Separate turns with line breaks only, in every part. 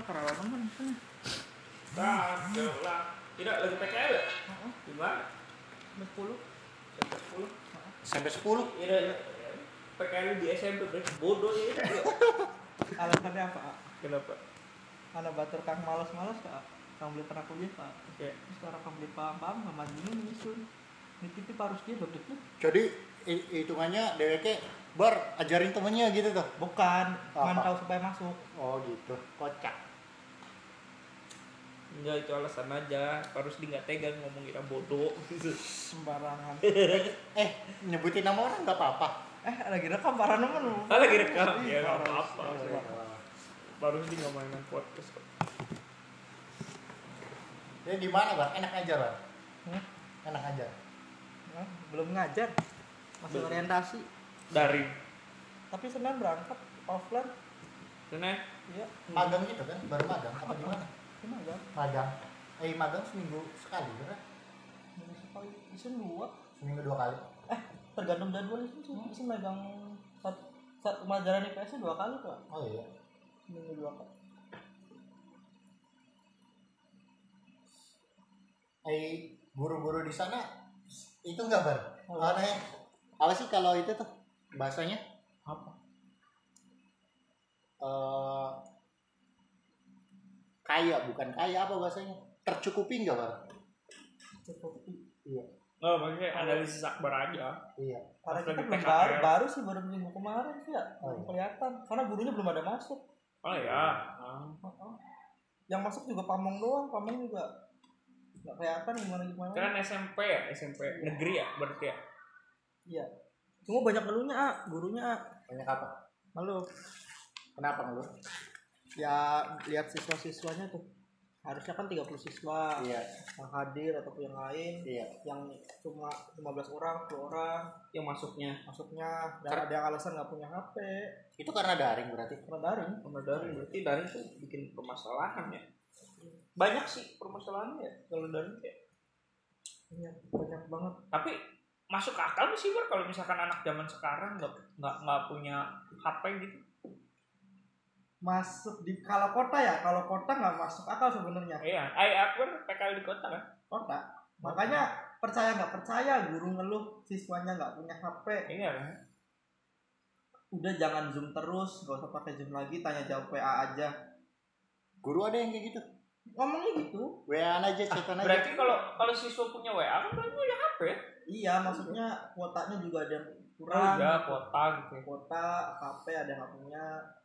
karena teman kan.
Lah, tidak lagi PKL ya? Gimana?
10.
Sampai 10.
Iya, PKL di SMP berarti bodoh ya.
Alasannya apa?
Kenapa?
Karena batur kang malas-malas Kak. Kang beli pernah kuliah Kak.
Ya.
Terus sekarang kang beli paham sama dingin nyusun. Nitip harus dia dok-doknya.
Jadi hitungannya DWK bar ajarin temennya gitu tuh.
Bukan,
Apa?
mantau supaya masuk.
Oh gitu. Kocak.
Enggak, itu alasan aja. Harus di nggak tega ngomong kita bodoh gitu.
Sembarangan.
Nyebutin nama orang nggak apa-apa.
Lagi rekam para nemen.
Ah, lagi rekam.
Iya,
Ya nggak
harus.
apa-apa. Baru di nggak mainan podcast kok.
Ya gimana bar? Enak aja bar. Enak aja.
Nah, belum ngajar. Masih
Belum.
orientasi.
Dari
Tapi Senin berangkat offline.
Senin.
Iya.
Magang gitu kan? Baru magang apa gimana?
Gimana ya?
Magang. Magang seminggu sekali kan?
Minggu sekali. Bisa 2.
Seminggu 2 kali.
Tergantung jadwal itu sih. Bisa megang saat pelajaran IPS 2 kali Kak.
Oh iya.
Minggu 2 kali.
Guru-guru di sana itu nggak bar?
Oh.
Aneh. Apa sih kalau itu tuh bahasanya?
Apa?
Kaya bukan kaya apa bahasanya? Tercukupi nggak bar?
Cukup.
Iya.
Oh, makanya analisis akbar aja.
Iya.
Karena
Pas
kita
lagi
belum
PKL.
baru sih baru minggu kemarin sih ya.
Oh,
Belum
iya.
kelihatan. Karena gurunya belum ada masuk.
Oh ya.
Yang masuk juga pamong doang. Pamong juga nggak kelihatan gimana.
Kan SMP ya, SMP negeri ya berarti ya.
Iya. Cuma banyak ngeluhnya gurunya
Banyak apa?
ngeluh.
Kenapa lu?
Ya lihat siswa-siswanya tuh. Harusnya kan 30 siswa
Iya.
yang hadir ataupun yang lain.
Iya.
Yang cuma 15 orang, 10 orang
Yang masuknya.
masuknya dan ada yang alasan nggak punya HP.
Itu karena daring berarti.
Karena daring.
Karena daring berarti daring tuh bikin permasalahan ya. Banyak sih permasalahannya ya kalau daring kayak.
Iya, banyak banget.
Tapi masuk akal sih Bar kalau misalkan anak zaman sekarang nggak punya HP gitu.
Masuk di kalau kota nggak masuk akal sebenarnya.
Iya, aku kan PKL di kota kan.
Kota. Makanya percaya nggak percaya guru ngeluh siswanya nggak punya HP.
Iya kan.
Udah jangan zoom terus, nggak usah pakai zoom lagi, tanya jawab WA aja.
Guru ada yang kayak gitu.
Ngomongnya gitu.
WA aja, chatan aja.
Berarti kalau siswa punya WA kan berarti punya HP ya?
Iya, maksudnya kuotanya juga ada yang
Oh
kurang.
iya, kuota gitu.
Kuota, HP ada yang nggak punya.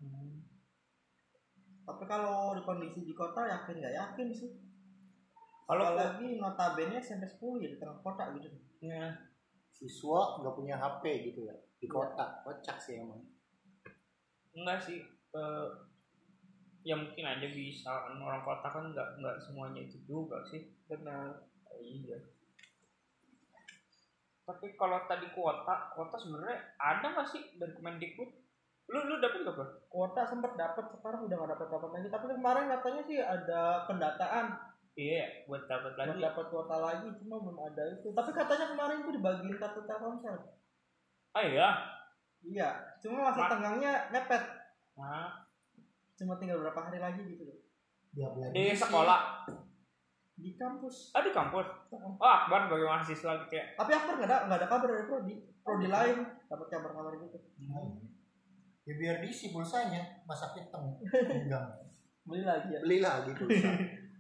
Tapi kalau di kondisi di kota yakin nggak yakin sih.
Kalau
Apalagi notabene SMP 10 ya di tengah kota gitu.
ya,
Siswa nggak punya HP gitu ya di kota. Kocak sih emang.
enggak sih. Ya mungkin aja bisa kan orang kota kan nggak semuanya itu juga sih.
Benar.
Iya. Tapi kalau tadi kuota sebenarnya ada nggak sih dari Kemendikbud? Lu dapet nggak Bro?
Kuota sempat dapat, sekarang udah nggak dapat lagi. Tapi kemarin katanya sih ada pendataan
Iya, buat dapat
buat
lagi.
dapat kuota lagi, cuma belum ada itu. Tapi katanya kemarin itu dibagiin kartu Telkomsel.
Ah iya.
Iya, cuma masa tenggangnya mepet.
Nah,
Cuma tinggal berapa hari lagi gitu loh.
Ya, biar
di
diisi.
sekolah.
Di kampus.
Ah di kampus. Oh Akbar bagi mahasiswa gitu ya.
Tapi aku nggak ada kabar dari prodi lain dapat kabar gitu.
Ya biar diisi pulsanya, masa hitam. Enggak.
Beli lagi ya.
Beli lagi pulsa.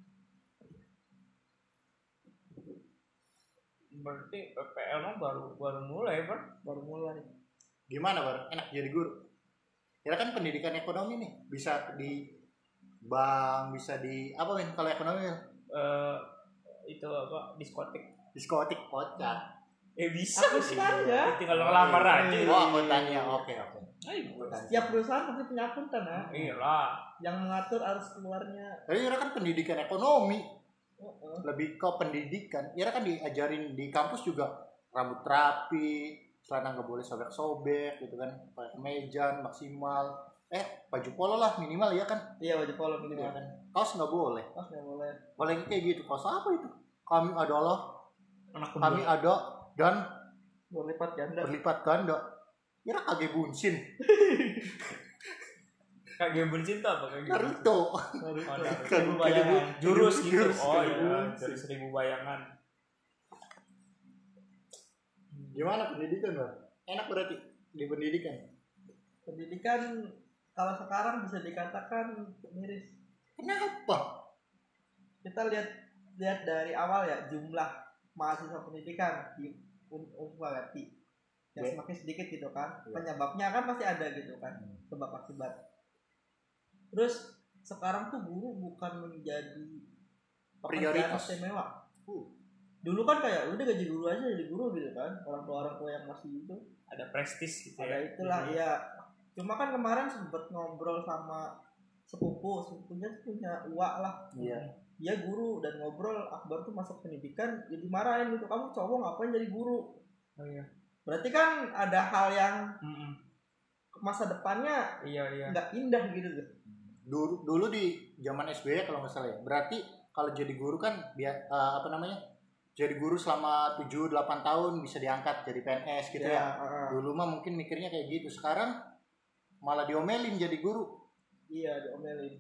Berarti PPL mah baru mulai Bar.
Baru mulai.
Gimana bar? Enak jadi guru? Ya kan pendidikan ekonomi nih, bisa di bank, bisa di apa men kalau ekonomi?
Itu apa diskotik.
Diskotik. Kocak.
Bisa
Aku
sih.
aja.
Tinggal ngelamar aja.
Oh, akuntannya. Oke.
Ayo.
Setiap perusahaan pasti punya akuntan ya.
Iyalah.
Yang mengatur arus keluarnya.
Tapi Ira kan pendidikan ekonomi, lebih ke pendidikan. Ira kan diajarin di kampus juga rambut rapi, celana nggak boleh sobek-sobek gitu kan, pakai kemeja maksimal. Baju polo lah minimal ya kan.
Iya, wajib polo
Iya
minimal.
kan. Kaos nggak boleh.
Oh, nggak boleh.
Boleh kayak gitu. Kaos apa itu? Kami adalah,
Anak
kami ada dan
Berlipat ganda.
berlipat ganda. Ira kagak bunsin.
Kage Bunshin tuh apa Kage?
Naruto.
Oh, Seribu bayangan. Jurus gitu. Oh iya, dari 1000 bayangan.
Gimana pendidikan, Bang? Enak berarti di pendidikan.
Pendidikan kalau sekarang bisa dikatakan miris.
Kenapa?
Kita lihat dari awal ya, jumlah mahasiswa pendidikan di Unpagati yang semakin sedikit gitu kan. Penyebabnya kan pasti ada gitu kan, sebab akibat. Terus sekarang tuh guru bukan menjadi pekerjaan
prioritas
istimewa. Dulu kan kayak udah gaji guru aja jadi guru gitu kan, orang tua yang masih itu
ada prestis gitu
ada
ya.
itulah ya. Cuma kan kemarin sempet ngobrol sama sepupunya punya uak lah.
Iya.
Dia guru dan ngobrol Akbar tuh masuk pendidikan ya dimarahin gitu, kamu cowok ngapain jadi guru.
Oh iya.
Berarti kan ada hal yang masa depannya
Iya.
nggak indah gitu tuh.
Dulu di zaman SBY kalau nggak salah ya. Berarti kalau jadi guru kan jadi guru selama 7-8 tahun bisa diangkat jadi PNS gitu ya. Dulu mah mungkin mikirnya kayak gitu. Sekarang malah diomelin jadi guru.
Iya, diomelin.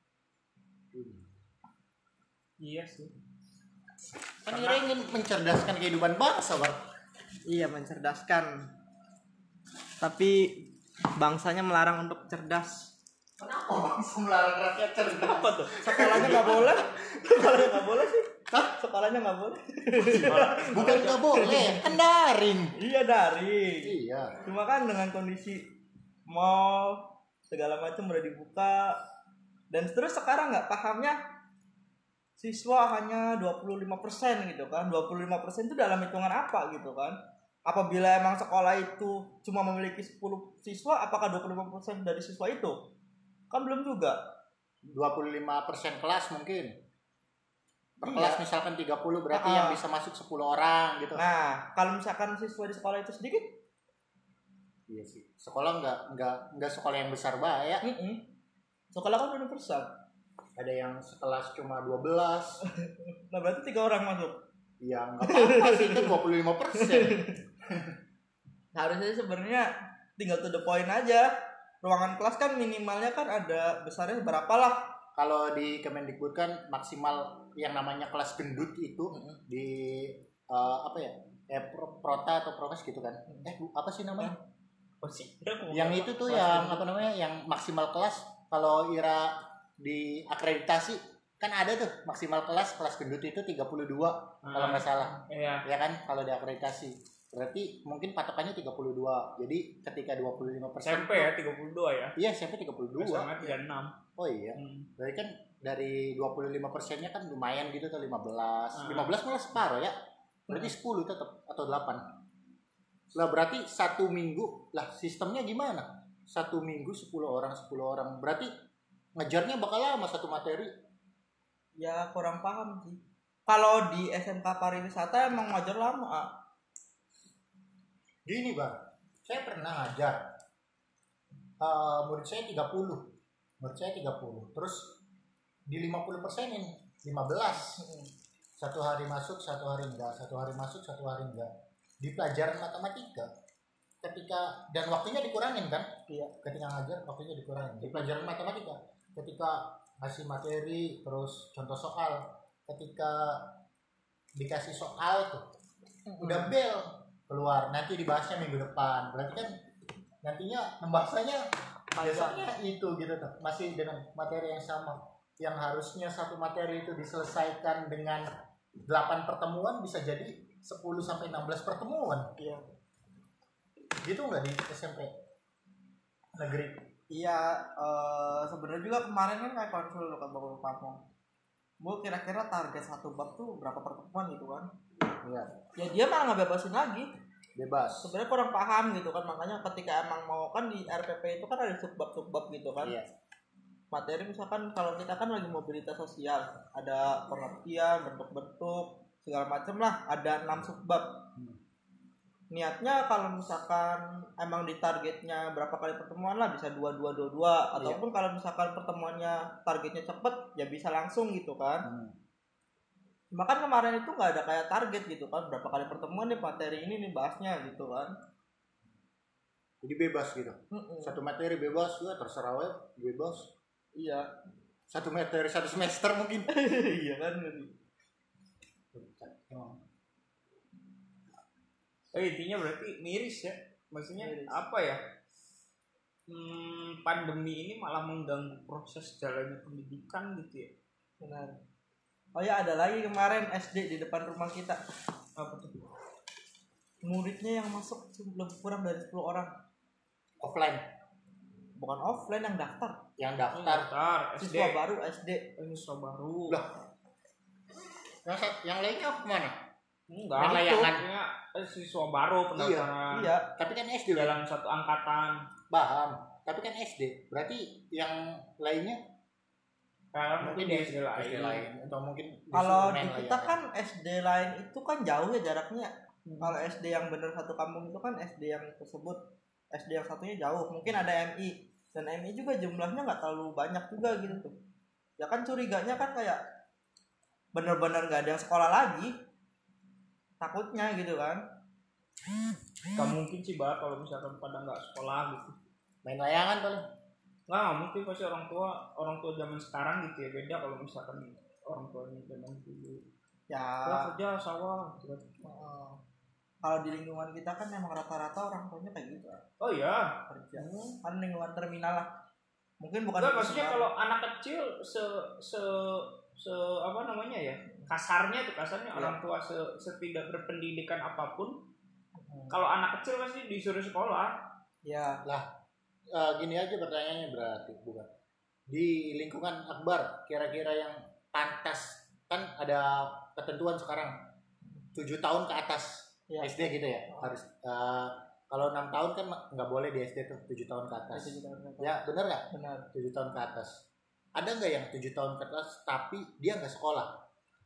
Iya sih.
Kan Ira ingin mencerdaskan kehidupan bangsa, Bang.
Iya, mencerdaskan. Tapi bangsanya melarang untuk cerdas.
Kenapa bangsa melarang rakyat cerdas?
Apa tuh? Sekolahnya nggak boleh? Sekolahnya nggak boleh sih? Hah? Sekolahnya nggak boleh?
Bukan nggak boleh, kan daring.
Iya, daring.
Iya.
Cuma kan dengan kondisi mall segala macam udah dibuka dan terus sekarang nggak pahamnya siswa hanya 25% gitu kan. 25% itu dalam hitungan apa gitu kan? Apabila emang sekolah itu cuma memiliki 10 siswa, apakah 25% dari siswa itu? Kan belum juga.
25% kelas mungkin. Per
Iya.
kelas misalkan 30 berarti yang bisa masuk 10 orang gitu.
Nah, kalau misalkan siswa di sekolah itu sedikit,
Iya sih. Sekolah nggak sekolah yang besar bahaya.
sekolah kan universal.
Ada yang sekelas cuma 12.
Nah, berarti 3 orang masuk.
Ya nggak apa-apa sih, itu 25%.
Harusnya sebenarnya tinggal to the point aja. Ruangan kelas kan minimalnya kan ada besarnya berapa lah.
Kalau di Kemendikbud kan maksimal yang namanya kelas gendut itu di prota atau prokes gitu kan. Apa sih namanya?
Oh sih.
Yang itu tuh yang yang maksimal kelas kalau Ira di akreditasi kan ada tuh maksimal kelas gendut itu 32 kalau nggak salah.
Iya.
Ya kan kalau di akreditasi. Berarti mungkin patokannya 32. Jadi ketika 25%
SMP ya 32 ya.
Iya, SMP 32.
SMA 36.
Oh iya. Berarti kan dari 25%-nya kan lumayan gitu tuh 15. 15 malah separuh ya. Berarti 10 tetap atau 8. Lah berarti 1 minggu lah sistemnya gimana? 1 minggu 10 orang. Berarti ngejarnya bakal lama satu materi.
Ya kurang paham sih. Kalau di SMK pariwisata emang ngajar lama.
Gini Bang, saya pernah ngajar. Murid saya 30. Terus di 50%-in 15. Satu hari masuk, satu hari enggak. Satu hari masuk, satu hari enggak. Di pelajaran matematika dan waktunya dikurangin kan? Iya. Ketika ngajar waktunya dikurangin. Di pelajaran matematika ketika ngasih materi terus contoh soal, ketika dikasih soal tuh udah bel keluar, nanti dibahasnya minggu depan. Berarti kan nantinya membahasnya biasanya itu gitu tuh, masih dengan materi yang sama. Yang harusnya satu materi itu diselesaikan dengan 8 pertemuan bisa jadi 10-16 pertemuan.
Iya.
Gitu nggak di SMP negeri?
Iya, sebenarnya juga kemarin kan kayak konsul kan Bapak Pamong. Bu kira-kira target satu bab tuh berapa pertemuan gitu kan?
Iya.
Ya dia malah nggak bebasin lagi.
Bebas.
Sebenarnya kurang paham gitu kan, makanya ketika emang mau kan di RPP itu kan ada subbab gitu kan. Iya. Materi misalkan kalau kita kan lagi mobilitas sosial, ada pengertian, bentuk-bentuk segala macam lah, ada 6 subbab. Niatnya kalau misalkan emang di targetnya berapa kali pertemuan lah bisa 2 ataupun kalau misalkan pertemuannya targetnya cepet ya bisa langsung gitu kan. Cuma kan kemarin itu nggak ada kayak target gitu kan, berapa kali pertemuan nih materi ini nih bahasnya gitu kan.
Jadi bebas gitu. Satu materi bebas, ya terserah we, bebas.
Iya.
Satu materi satu semester mungkin.
Iya kan.
Intinya berarti miris ya. Maksudnya miris. Apa ya? Pandemi ini malah mengganggu proses jalannya pendidikan gitu ya.
Benar. Oh ya, ada lagi kemarin SD di depan rumah kita.
Apa tuh?
Muridnya yang masuk lebih kurang dari 10 orang.
Offline.
Bukan offline, yang daftar.
Yang daftar
SD.
Siswa baru SD.
Siswa baru.
Lah. Yang lainnya kemana?
Enggak, layangannya siswa baru pendaftaran.
Iya.
Tapi kan SD
dalam satu angkatan.
Paham. Tapi kan SD. Berarti yang lainnya
mungkin di SD lain.
Atau mungkin
kalau di kita kan SD lain itu kan jauh ya jaraknya. Kalau SD yang bener satu kampung itu kan SD yang tersebut, SD yang satunya jauh. Mungkin ada MI, dan MI juga jumlahnya nggak terlalu banyak juga gitu tuh. Ya kan curiganya kan kayak bener-bener nggak ada yang sekolah lagi. Takutnya gitu kan.
Gak mungkin sih Bar kalau misalkan pada nggak sekolah gitu.
Main layangan paling.
Nggak mungkin, pasti orang tua zaman sekarang gitu ya, beda kalau misalkan orang tuanya zaman dulu.
Ya.
Kerja sawah.
Kalau di lingkungan kita kan memang rata-rata orang tuanya kayak gitu.
Oh iya.
Kerja. Kan lingkungan terminal lah. Mungkin bukan.
Enggak, maksudnya kalau anak kecil se apa namanya ya, kasarnya
ya.
orang tua setidak berpendidikan apapun, kalau anak kecil pasti disuruh sekolah.
Ya.
Lah. Gini aja pertanyaannya berarti bukan di lingkungan Akbar kira-kira yang pantas, kan ada ketentuan sekarang 7 tahun ke atas ya. SD gitu ya harus kalau 6 tahun kan nggak boleh di SD tuh 7 tahun ke atas. Ya benar nggak?
Benar.
7 tahun ke atas. Ada nggak yang 7 tahun ke atas tapi dia nggak sekolah?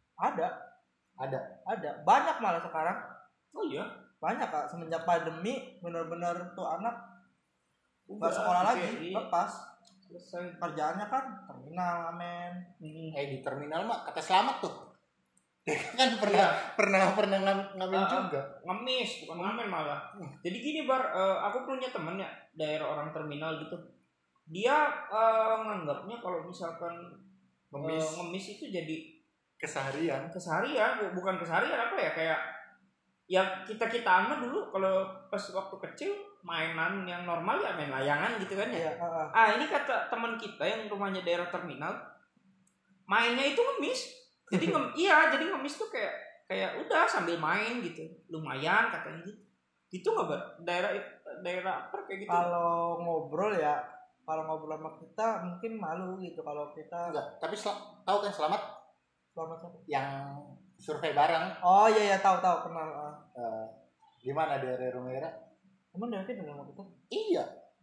Ada banyak malah sekarang.
Oh iya,
banyak Kak, semenjak pandemi benar-benar tuh anak nggak sekolah lagi, lepas selesai kerjaannya kan terminal, amen.
Di terminal mah kata selamat tuh. Kan pernah ngamen juga.
Ngemis, bukan ngamen malah. Jadi gini Bar, aku punya temen ya daerah orang terminal gitu. Dia nganggapnya kalau misalkan ngemis itu jadi
keseharian,
bukan keseharian, apa ya, kayak ya kita mah dulu kalau pas waktu kecil mainan yang normal ya main layangan gitu kan ya. Ini kata teman kita yang rumahnya daerah terminal, mainnya itu ngemis. Jadi jadi ngemis tuh kayak udah sambil main gitu, lumayan katanya gitu. Itu nggak Bar? Daerah apa kayak gitu?
Kalau ngobrol sama kita mungkin malu gitu kalau kita.
Enggak, tapi tahu kan Selamat
siapa?
Yang survei bareng.
Oh iya tahu kenal.
Gimana daerah Romera?
Emang daerah kita nggak kita?
Iya.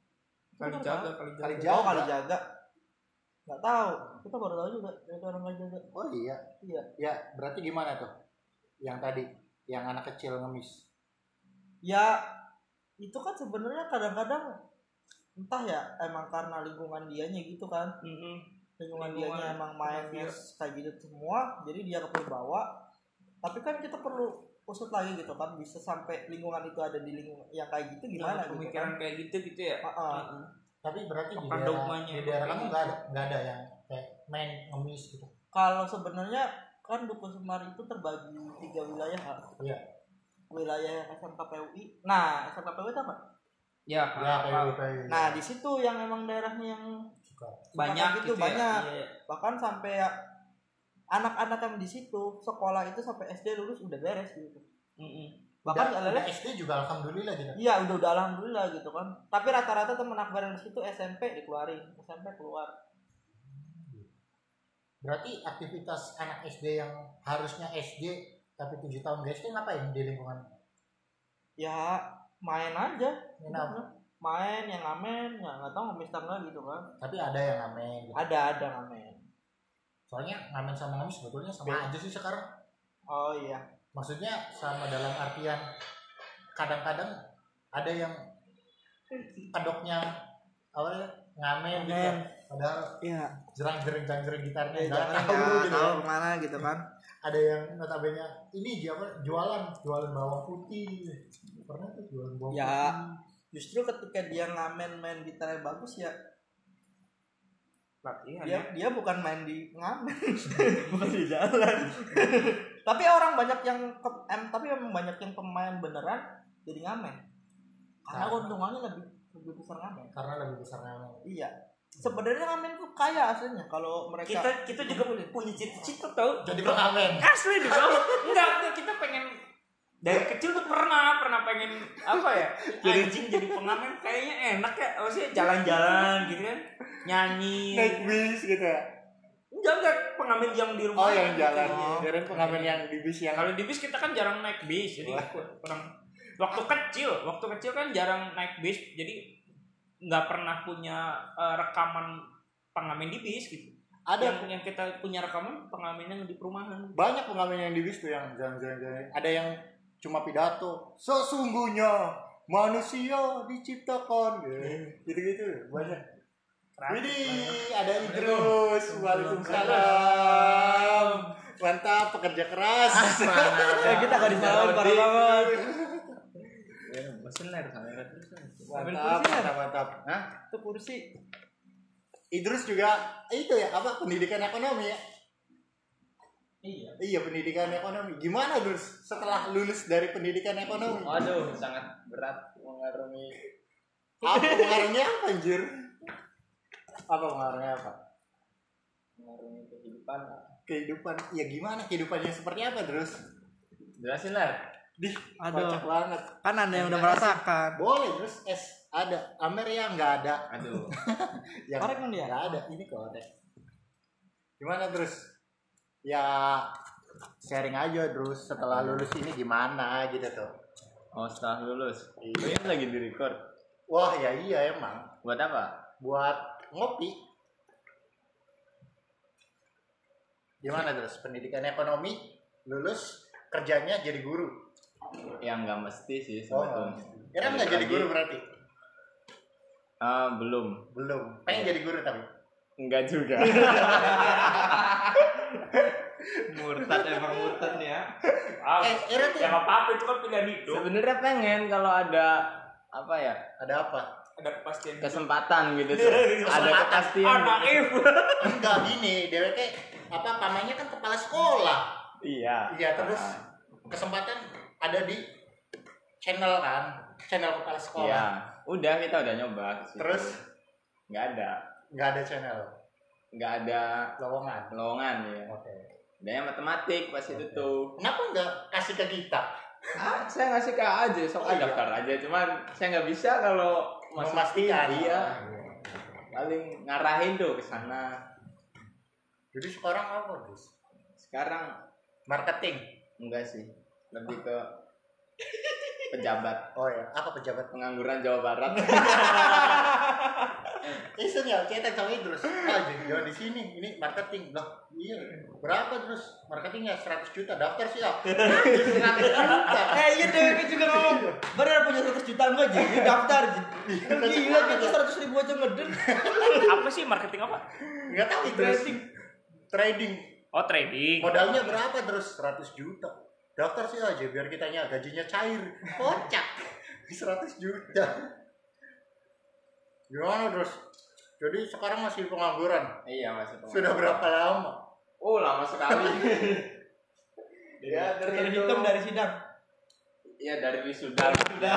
Kalijaga. Nggak tahu. Kita baru tahu juga dari orang Kalijaga.
Oh iya. Ya berarti gimana tuh? Yang tadi, yang anak kecil ngemis.
Ya itu kan sebenarnya kadang-kadang entah ya emang karena lingkungan dianya gitu kan. Lingkungan dianya emang mainnya kayak gitu semua, jadi dia kebawa. Tapi kan kita perlu usut lagi gitu kan, bisa sampai lingkungan itu ada di lingkungan yang kayak gitu gimana gitu
pemikiran
kan?
Kayak gitu ya.
Tapi berarti di daerah kamu nggak ada yang kayak main ngemis gitu.
Kalau sebenarnya kan Dukuh Semar itu terbagi 3 wilayah.
Iya.
Wilayah SMK PUI. Nah, SMK PUI itu apa?
Ya,
PUI.
Nah, di situ yang emang daerahnya yang
banyak gitu
banyak.
Ya.
Bahkan sampai anak-anak yang di situ sekolah itu sampai SD lulus udah beres gitu. Bahkan
udah SD juga alhamdulillah gitu.
Iya, udah alhamdulillah gitu kan. Tapi rata-rata teman Akbar yang di situ SMP dikeluarin, SMP keluar.
Berarti aktivitas anak SD yang harusnya SD tapi 7 tahun SD ngapain di lingkungan?
Ya main aja.
Main
yang ngamen, ya nggak tahu ngemis tangga gitu kan.
Tapi ada yang ngamen. Gitu.
Ada ngamen.
Soalnya ngamen sama ngemis sebetulnya sama aja sih sekarang.
Oh iya.
Maksudnya sama dalam artian kadang-kadang ada yang kedoknya awalnya ngamen gitu. Padahal jerang-jering gitarnya nggak tahu gitu.
Tahu kemana gitu kan.
Ada yang notabene ini jualan bawang putih. Pernah tuh jualan bawang putih.
Justru ketika dia ngamen main gitarnya bagus ya
latihan.
Dia bukan main di ngamen, bukan di jalan. Tapi orang banyak yang banyak yang pemain beneran jadi ngamen. Karena keuntungannya lebih besar ngamen.
Karena lebih besar ngamen.
Iya. Sebenarnya ngamen tuh kaya aslinya kalau mereka
kita juga punya cita-cita tau
jadi pengamen.
Asli di bawah. Enggak, kita pengen dari kecil tuh pernah pengen apa ya? Anjing jadi pengamen kayaknya enak ya. Maksudnya jalan-jalan gitu kan. Nyanyi.
Naik bis gitu ya.
Enggak pengamen yang di rumah.
Oh, yang jalan. Kirain pengamen yang di bis yang.
Kalau di bis kita kan jarang naik bis. Jadi kurang waktu kecil kan jarang naik bis. Jadi nggak pernah punya rekaman pengamen di bis gitu. Ada yang kita punya rekaman pengamen yang di perumahan.
Banyak pengamen yang di bis tuh yang jalan-jalan. Ada yang cuma pidato. Sesungguhnya manusia diciptakan gitu banyak. Widih, ada Idrus. Waalaikumsalam. Mantap, pekerja keras.
Kita gak disalahin parah banget.
Mesin sama terus.
Mantap.
Hah? Itu kursi.
Idrus juga itu ya pendidikan ekonomi ya. Iya, pendidikan ekonomi. Gimana Idrus setelah lulus dari pendidikan ekonomi?
Waduh, sangat berat mengarungi.
Pengaruhnya apa anjir? Pengaruhnya apa?
Mengarungi
Kehidupan. Ya gimana kehidupannya seperti apa terus?
Jelasin lah.
Kocak banget.
Kan Anda yang udah merasakan.
Boleh terus ada. Amer yang nggak ada.
Aduh.
Yang
korek kan dia?
Nggak ada. Ini korek. Gimana terus? Ya sharing aja terus setelah lulus ini gimana gitu tuh.
Oh, setelah lulus.
Iya.
Ini lagi di-record.
Wah, ya iya emang.
Buat apa?
Buat ngopi. Gimana terus pendidikan ekonomi lulus kerjanya jadi guru?
Ya nggak mesti sih sebetulnya.
Kira nggak jadi guru berarti?
Belum.
Pengen jadi guru tapi?
Enggak juga.
Murtad nih ya.
Era tuh.
Ya apa-apa itu kan pilihan hidup.
Sebenarnya pengen kalau ada apa ya?
Ada apa?
Ada kepastian
kesempatan gitu tuh. Ada kepastian.
Naif.
Enggak gini, DWK pamannya kan kepala sekolah.
Iya.
Iya, terus kesempatan ada di channel kepala sekolah.
Iya. Udah kita udah nyoba.
Terus
nggak ada
channel.
Nggak ada
lowongan
ya.
Oke.
Adanya matematik pas itu tuh.
Kenapa nggak kasih ke kita?
Saya ngasih ke aja, daftar aja. Cuman saya nggak bisa kalau
memastikan.
Iya. Paling ngarahin tuh ke sana.
Jadi sekarang apa, Gus?
Sekarang
marketing.
Enggak sih. Lebih ke pejabat.
Oh ya, apa pejabat?
Pengangguran Jawa Barat.
Isunya cetak sama Idrus. Jangan di sini. Ini marketing. Lah, iya. Berapa terus? Marketingnya 100 juta. Daftar sih ya. 100 juta.
Iya DWK juga ngomong. Bener punya 100 juta enggak jadi daftar. Gila kita 100 ribu aja ngeden.
Apa sih marketing apa?
Enggak tahu Idrus. Trading.
Oh, trading.
Modalnya berapa terus? 100 juta. Daftar sih aja biar kitanya gajinya cair. Kocak. 100 juta. Gimana terus? Jadi sekarang masih pengangguran?
Iya, masih pengangguran.
Sudah berapa lama?
Oh, lama sekali.
Ya, terhitung dari sidang.
Iya, dari wisuda.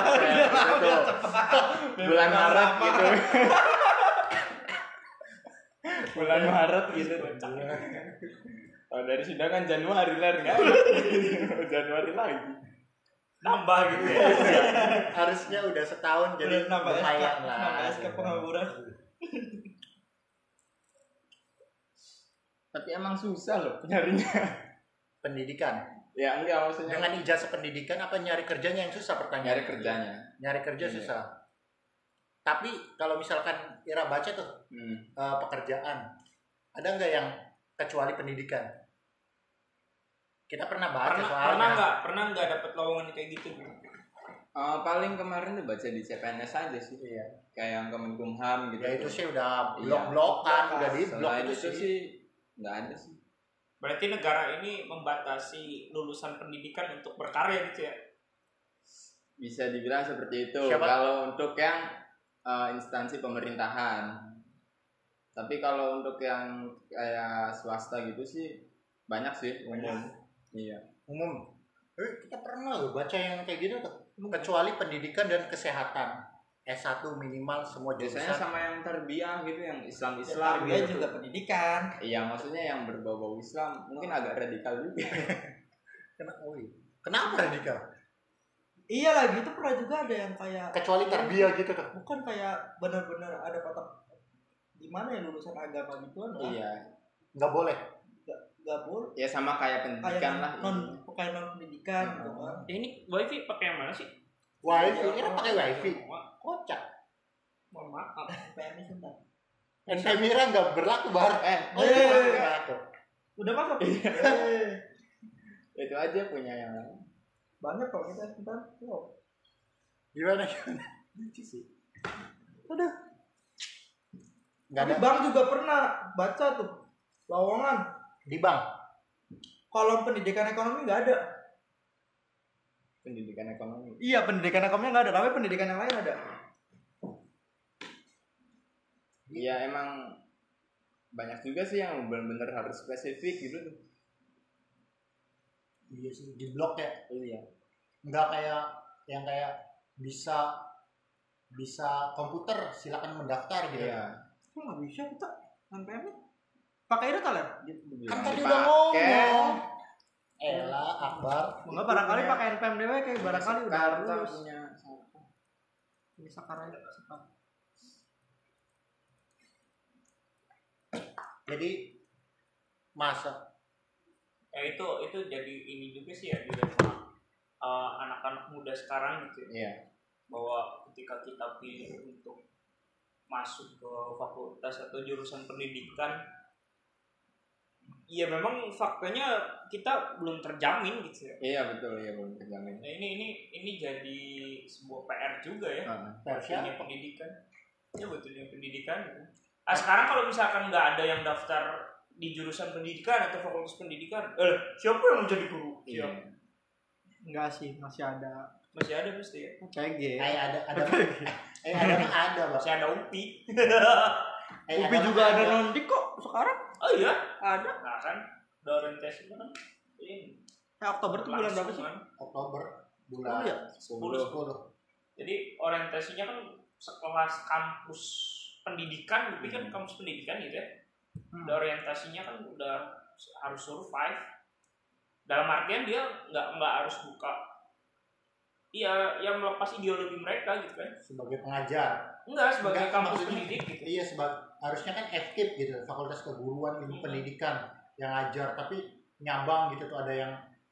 Bulan Maret gitu. Bulan Maret gitu. Oh, dari sidang kan Januari kan? Januari lagi.
Nambah gitu ya.
Harusnya udah setahun jadi lumayan lah.
Nambah SK pengangguran.
Tapi emang susah loh nyarinya.
Pendidikan.
Ya enggak maksudnya.
Dengan ijazah pendidikan apa nyari kerjanya yang susah pertanyaan?
Nyari kerjanya.
Nyari kerja susah. Tapi kalau misalkan Ira baca tuh pekerjaan, ada nggak yang kecuali pendidikan? Kita pernah baca soalnya.
Pernah nggak dapat lowongan kayak gitu?
Paling kemarin tuh baca di CPNS aja sih. Iya. Kayak yang Kemenkumham gitu.
Ya itu sih udah blok-blokan, udah di blok
itu
sih.
Nggak ada sih.
Berarti negara ini membatasi lulusan pendidikan untuk berkarya gitu ya?
Bisa dibilang seperti itu.
Siapa?
Kalau untuk yang instansi pemerintahan. Tapi kalau untuk yang kayak swasta gitu sih banyak sih umum. Iya.
Umum. Kita pernah loh baca yang kayak gitu tuh. Kecuali pendidikan dan kesehatan. S1 minimal semua
Biasanya
jurusan.
sama yang tarbiyah gitu, yang Islam
Tarbiyah
gitu.
juga pendidikan.
Iya, maksudnya yang berbau-bau Islam mungkin agak radikal juga.
Kenapa radikal?
Iya lagi itu pernah juga ada yang kayak
Kecuali tarbiyah gitu tuh.
bukan kayak benar-benar ada patok gimana ya lulusan agama gituan lah.
Iya.
Nggak boleh.
Nggak boleh.
Ya sama kayak pendidikan lah.
Kayak non pendidikan gitu kan.
Ini wifi pakai yang mana sih?
Wifi, ini pakai wifi. Kocak.
Mohon maaf.
PMI sebentar.
Entemira nggak berlaku bar. Berlaku.
Udah masuk.
Itu aja punya yang lain.
Banyak kalau kita sebentar.
Gimana? Lucu sih. Aduh. Nggak
Tapi
ada.
Bang juga pernah baca tuh lowongan
Di bank.
kolom pendidikan ekonomi nggak ada.
Pendidikan ekonomi.
Iya pendidikan ekonomi nggak ada, tapi pendidikan yang lain ada.
Iya emang banyak juga sih yang benar-benar harus spesifik gitu tuh.
Iya sih di blok ya.
Iya.
Nggak kayak yang kayak bisa komputer silakan mendaftar gitu.
Iya.
Kok nggak bisa kita NPM pakai itu kalian?
Kan tadi udah ngomong. Ella Akbar.
Enggak barangkali pakai NPM DW kayak barangkali udah
Jakarta
lulus.
punya
Ini sekarang
Jadi masa
Ya itu jadi ini juga sih ya dilema anak-anak muda sekarang gitu.
Iya.
Bahwa ketika kita pilih untuk masuk ke fakultas atau jurusan pendidikan, ya memang faktanya kita belum terjamin gitu ya.
Iya betul, iya belum terjamin.
Nah ini jadi sebuah PR juga ya. Betulnya pendidikan. Ya betulnya pendidikan gitu. Sekarang kalau misalkan nggak ada yang daftar di jurusan pendidikan atau fakultas pendidikan, siapa yang mau jadi guru?
Iya.
enggak sih, masih ada.
Masih ada pasti ya.
CG.
ada Bang.
Masih ada UPI.
UPI juga ada nondik kok sekarang.
Oh iya,
Ada.
nah kan udah orientasi kan ini
Oktober tuh bulan berapa sih?
Oktober bulan
10. Jadi orientasinya kan sekelas kampus pendidikan, UPI kan kampus pendidikan gitu ya. Udah orientasinya kan udah harus survive. Dalam artian dia nggak harus buka. Iya, yang melepas ideologi mereka gitu kan.
Sebagai pengajar.
Enggak, sebagai
Enggak,
kampus
maksudnya,
pendidik gitu.
Iya, harusnya kan FKIP gitu, Fakultas Keguruan Ilmu Pendidikan yang ngajar, tapi nyambang gitu tuh ada yang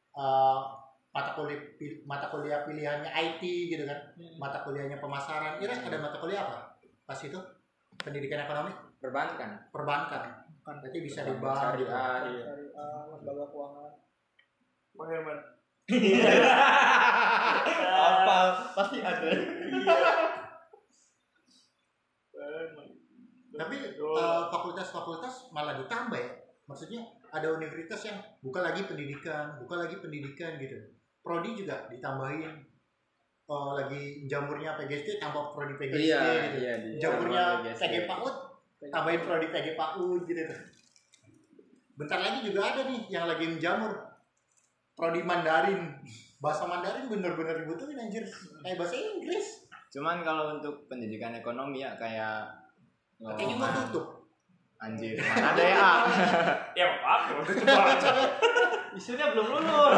mata kuliah pilihannya IT gitu kan. Mata kuliahnya pemasaran. Kira ada mata kuliah apa? Pas itu pendidikan ekonomi?
Perbankan.
Kan berarti bisa di bank.
Syariah, iya.
Lembaga keuangan.
Bang Herman.
Apa? Pasti ada.
Tapi fakultas-fakultas malah ditambah ya. Maksudnya ada universitas yang buka lagi pendidikan gitu. Prodi juga ditambahin. Lagi jamurnya PGSD tambah prodi PGSD gitu.
Iya,
jamurnya PG PAUD tambahin prodi PG PAUD gitu. Bentar lagi juga ada nih yang lagi menjamur prodi Mandarin. Bahasa Mandarin bener-bener dibutuhin anjir. Kayak bahasa Inggris.
Cuman kalau untuk pendidikan ekonomi ya kayak
Kayaknya mau tutup.
Anjir, mana ada ya?
Ya apa? Coba aja.
Isunya belum lulus.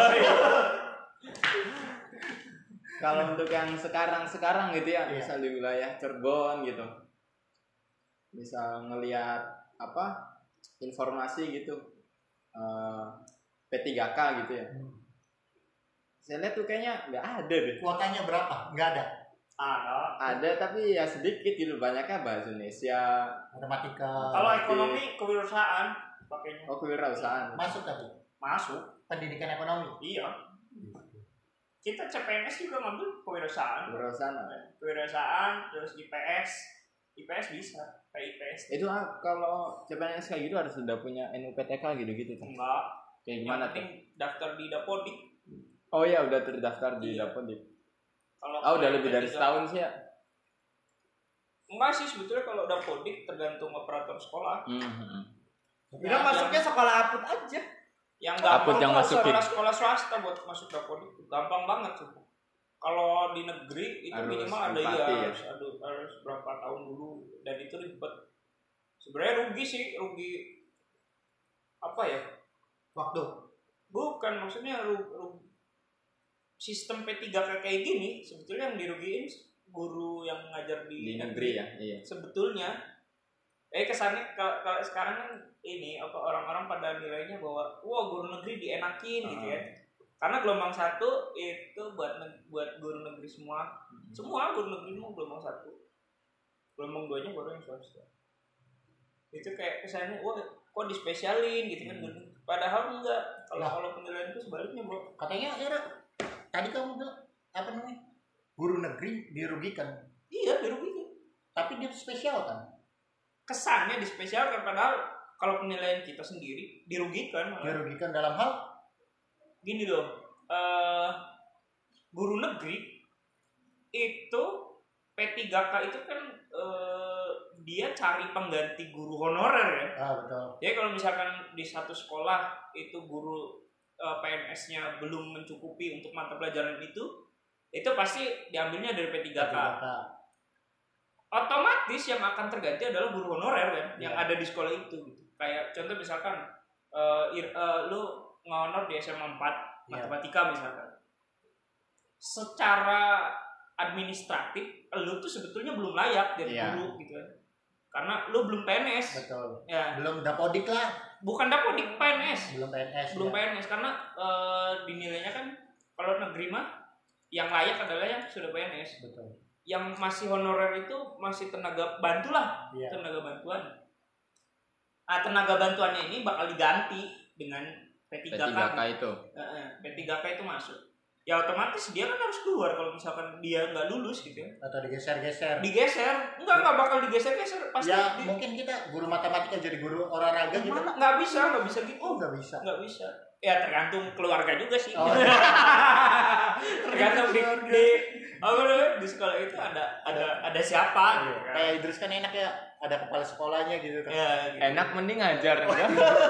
Kalau untuk yang sekarang gitu ya, misal di wilayah Cirebon gitu. Misal ngelihat informasi gitu. P3K gitu ya. Saya lihat tuh kayaknya nggak ada deh.
Kuotanya berapa? Nggak ada.
Ada.
Tapi ya sedikit gitu, banyaknya bahasa Indonesia,
matematika.
Kalau ekonomi kewirausahaan pakainya.
Oh, kewirausahaan.
Masuk tadi.
Masuk.
Pendidikan ekonomi.
Iya. Kita CPNS juga ngambil kewirausahaan. Kewirausahaan terus IPS bisa kayak IPS.
Itu kalau CPNS kayak gitu harus sudah punya NUPTK gitu-gitu kan?
Enggak.
Kayak gimana tuh?
Daftar di Dapodik.
Oh iya, udah terdaftar di Dapodik. Kalau udah lebih dari setahun sih ya.
Enggak sih sebetulnya kalau udah Dapodik tergantung operator sekolah.
Bilang masuknya sekolah aput aja.
Yang gampang yang sekolah swasta buat masuk Dapodik gampang banget tuh. Kalau di negeri itu harus minimal ada harus berapa tahun dulu dan itu ribet. Sebenarnya rugi apa ya?
Waktu.
Bukan maksudnya rugi. Sistem P3K kayak gini sebetulnya yang dirugiin guru yang ngajar di
negeri ya. Iya.
Sebetulnya kesannya kalau sekarang kan ini orang-orang pada nilainya bahwa guru negeri dienakin gitu ya. Karena gelombang 1 itu buat guru negeri semua. Semua guru negeri mau gelombang 1. Gelombang 2-nya baru yang swasta. Itu kayak kesannya kok dispesialin gitu kan. Padahal enggak. Kalau penilaian itu sebaliknya, Bro.
Katanya tadi kamu bilang apa namanya? Guru negeri dirugikan.
Iya, dirugikan.
Tapi dia spesial kan?
Kesannya dispesialkan padahal kalau penilaian kita sendiri dirugikan.
Dirugikan dalam hal
gini loh. Guru negeri itu P3K itu kan dia cari pengganti guru honorer ya.
Betul.
Jadi kalau misalkan di satu sekolah itu guru PNS-nya belum mencukupi untuk mata pelajaran itu pasti diambilnya dari P3K. Otomatis yang akan terganti adalah guru honorer kan, yang ada di sekolah itu gitu. Kayak contoh misalkan lu nge-honor di SMA 4 matematika misalkan. Secara administratif lu tuh sebetulnya belum layak jadi guru gitu kan. Karena lu belum PNS.
Betul.
Ya.
Belum Dapodik lah.
Bukan Dapodik, PNS.
Belum
PNS karena dinilainya kan kalau negeri mah yang layak adalah yang sudah PNS.
Betul.
Yang masih honorer itu masih tenaga bantu lah, tenaga bantuan. Tenaga bantuannya ini bakal diganti dengan P3K
itu.
P3K itu masuk. Ya otomatis dia kan harus keluar kalau misalkan dia nggak lulus gitu ya.
Atau digeser-geser.
Enggak bakal digeser-geser pasti.
Ya mungkin kita guru matematika jadi guru olahraga gitu.
Nggak bisa gitu.
Nggak bisa.
Ya tergantung keluarga juga sih. Tergantung di sekolah itu ada siapa gitu kan.
Kayak Idris kan enak ya, ada kepala sekolahnya gitu kan.
Ya, gitu.
Enak mending ngajar enggak?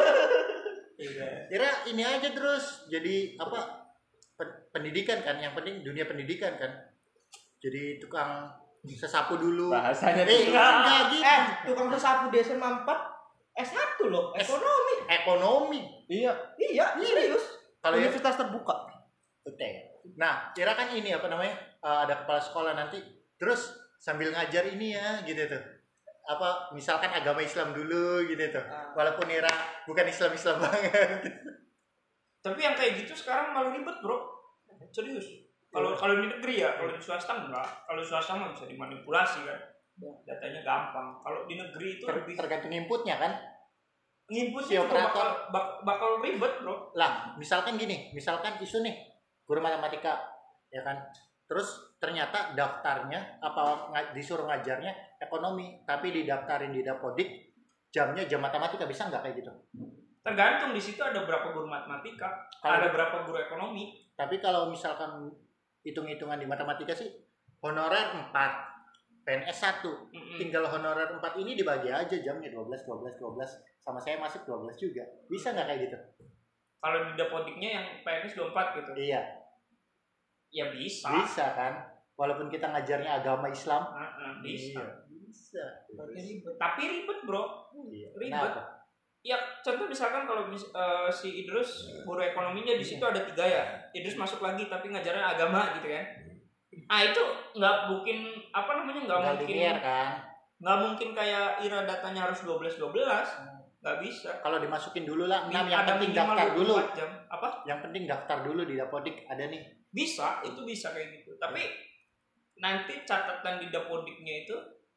Kira ini aja terus jadi apa? Pendidikan kan, yang penting dunia pendidikan kan. Jadi tukang sesapu dulu.
Bahasanya
enggak gitu.
Tukang sesapu di SMA 4 S1 loh,
ekonomi.
Iya, serius.
Kalau
universitas terbuka.
Betul. Nah, kira kan ini apa namanya? Ada kepala sekolah nanti terus sambil ngajar ini ya gitu tuh. Apa misalkan agama Islam dulu gitu tuh. Walaupun Ira bukan Islam banget gitu.
Tapi yang kayak gitu sekarang malah ribet, Bro. Serius. Kalau di negeri ya, kalau di swasta enggak. Kalau di swasta mah bisa dimanipulasi kan. Datanya gampang. Kalau di negeri itu lebih
tergantung inputnya kan.
Inputnya juga bakal ribet, Bro.
Lah, misalkan gini, misalkan isu nih guru matematika ya kan. Terus ternyata daftarnya disuruh ngajarnya ekonomi, tapi didaftarin di Dapodik jamnya jam matematika, bisa nggak kayak gitu?
Tergantung di situ ada berapa guru matematika, ada berapa guru ekonomi.
Tapi kalau misalkan hitung-hitungan di matematika sih honorer 4, PNS 1. Tinggal honorer 4 ini dibagi aja jamnya 12. Sama saya masuk 12 juga. Bisa nggak kayak gitu?
Kalau di Dapodiknya yang PNS 24 gitu.
Iya.
Ya bisa.
Bisa kan? Walaupun kita ngajarnya agama Islam.
Bisa.
Bisa.
Tapi ribet, Bro.
Iya.
Ribet.
Kenapa?
Ya, contoh misalkan kalau si Idrus guru ekonominya di situ ada 3 ya. Idrus masuk lagi tapi ngajarnya agama gitu kan. Itu nggak mungkin nggak mungkin
kan?
Nggak mungkin kayak Ira datanya harus 12 nggak bisa.
Kalau dimasukin dulu lah 6 yang penting daftar dulu.
Jam. Apa?
Yang penting daftar dulu di Dapodik ada nih.
Bisa, itu bisa kayak gitu. Tapi nanti catatan di Dapodiknya itu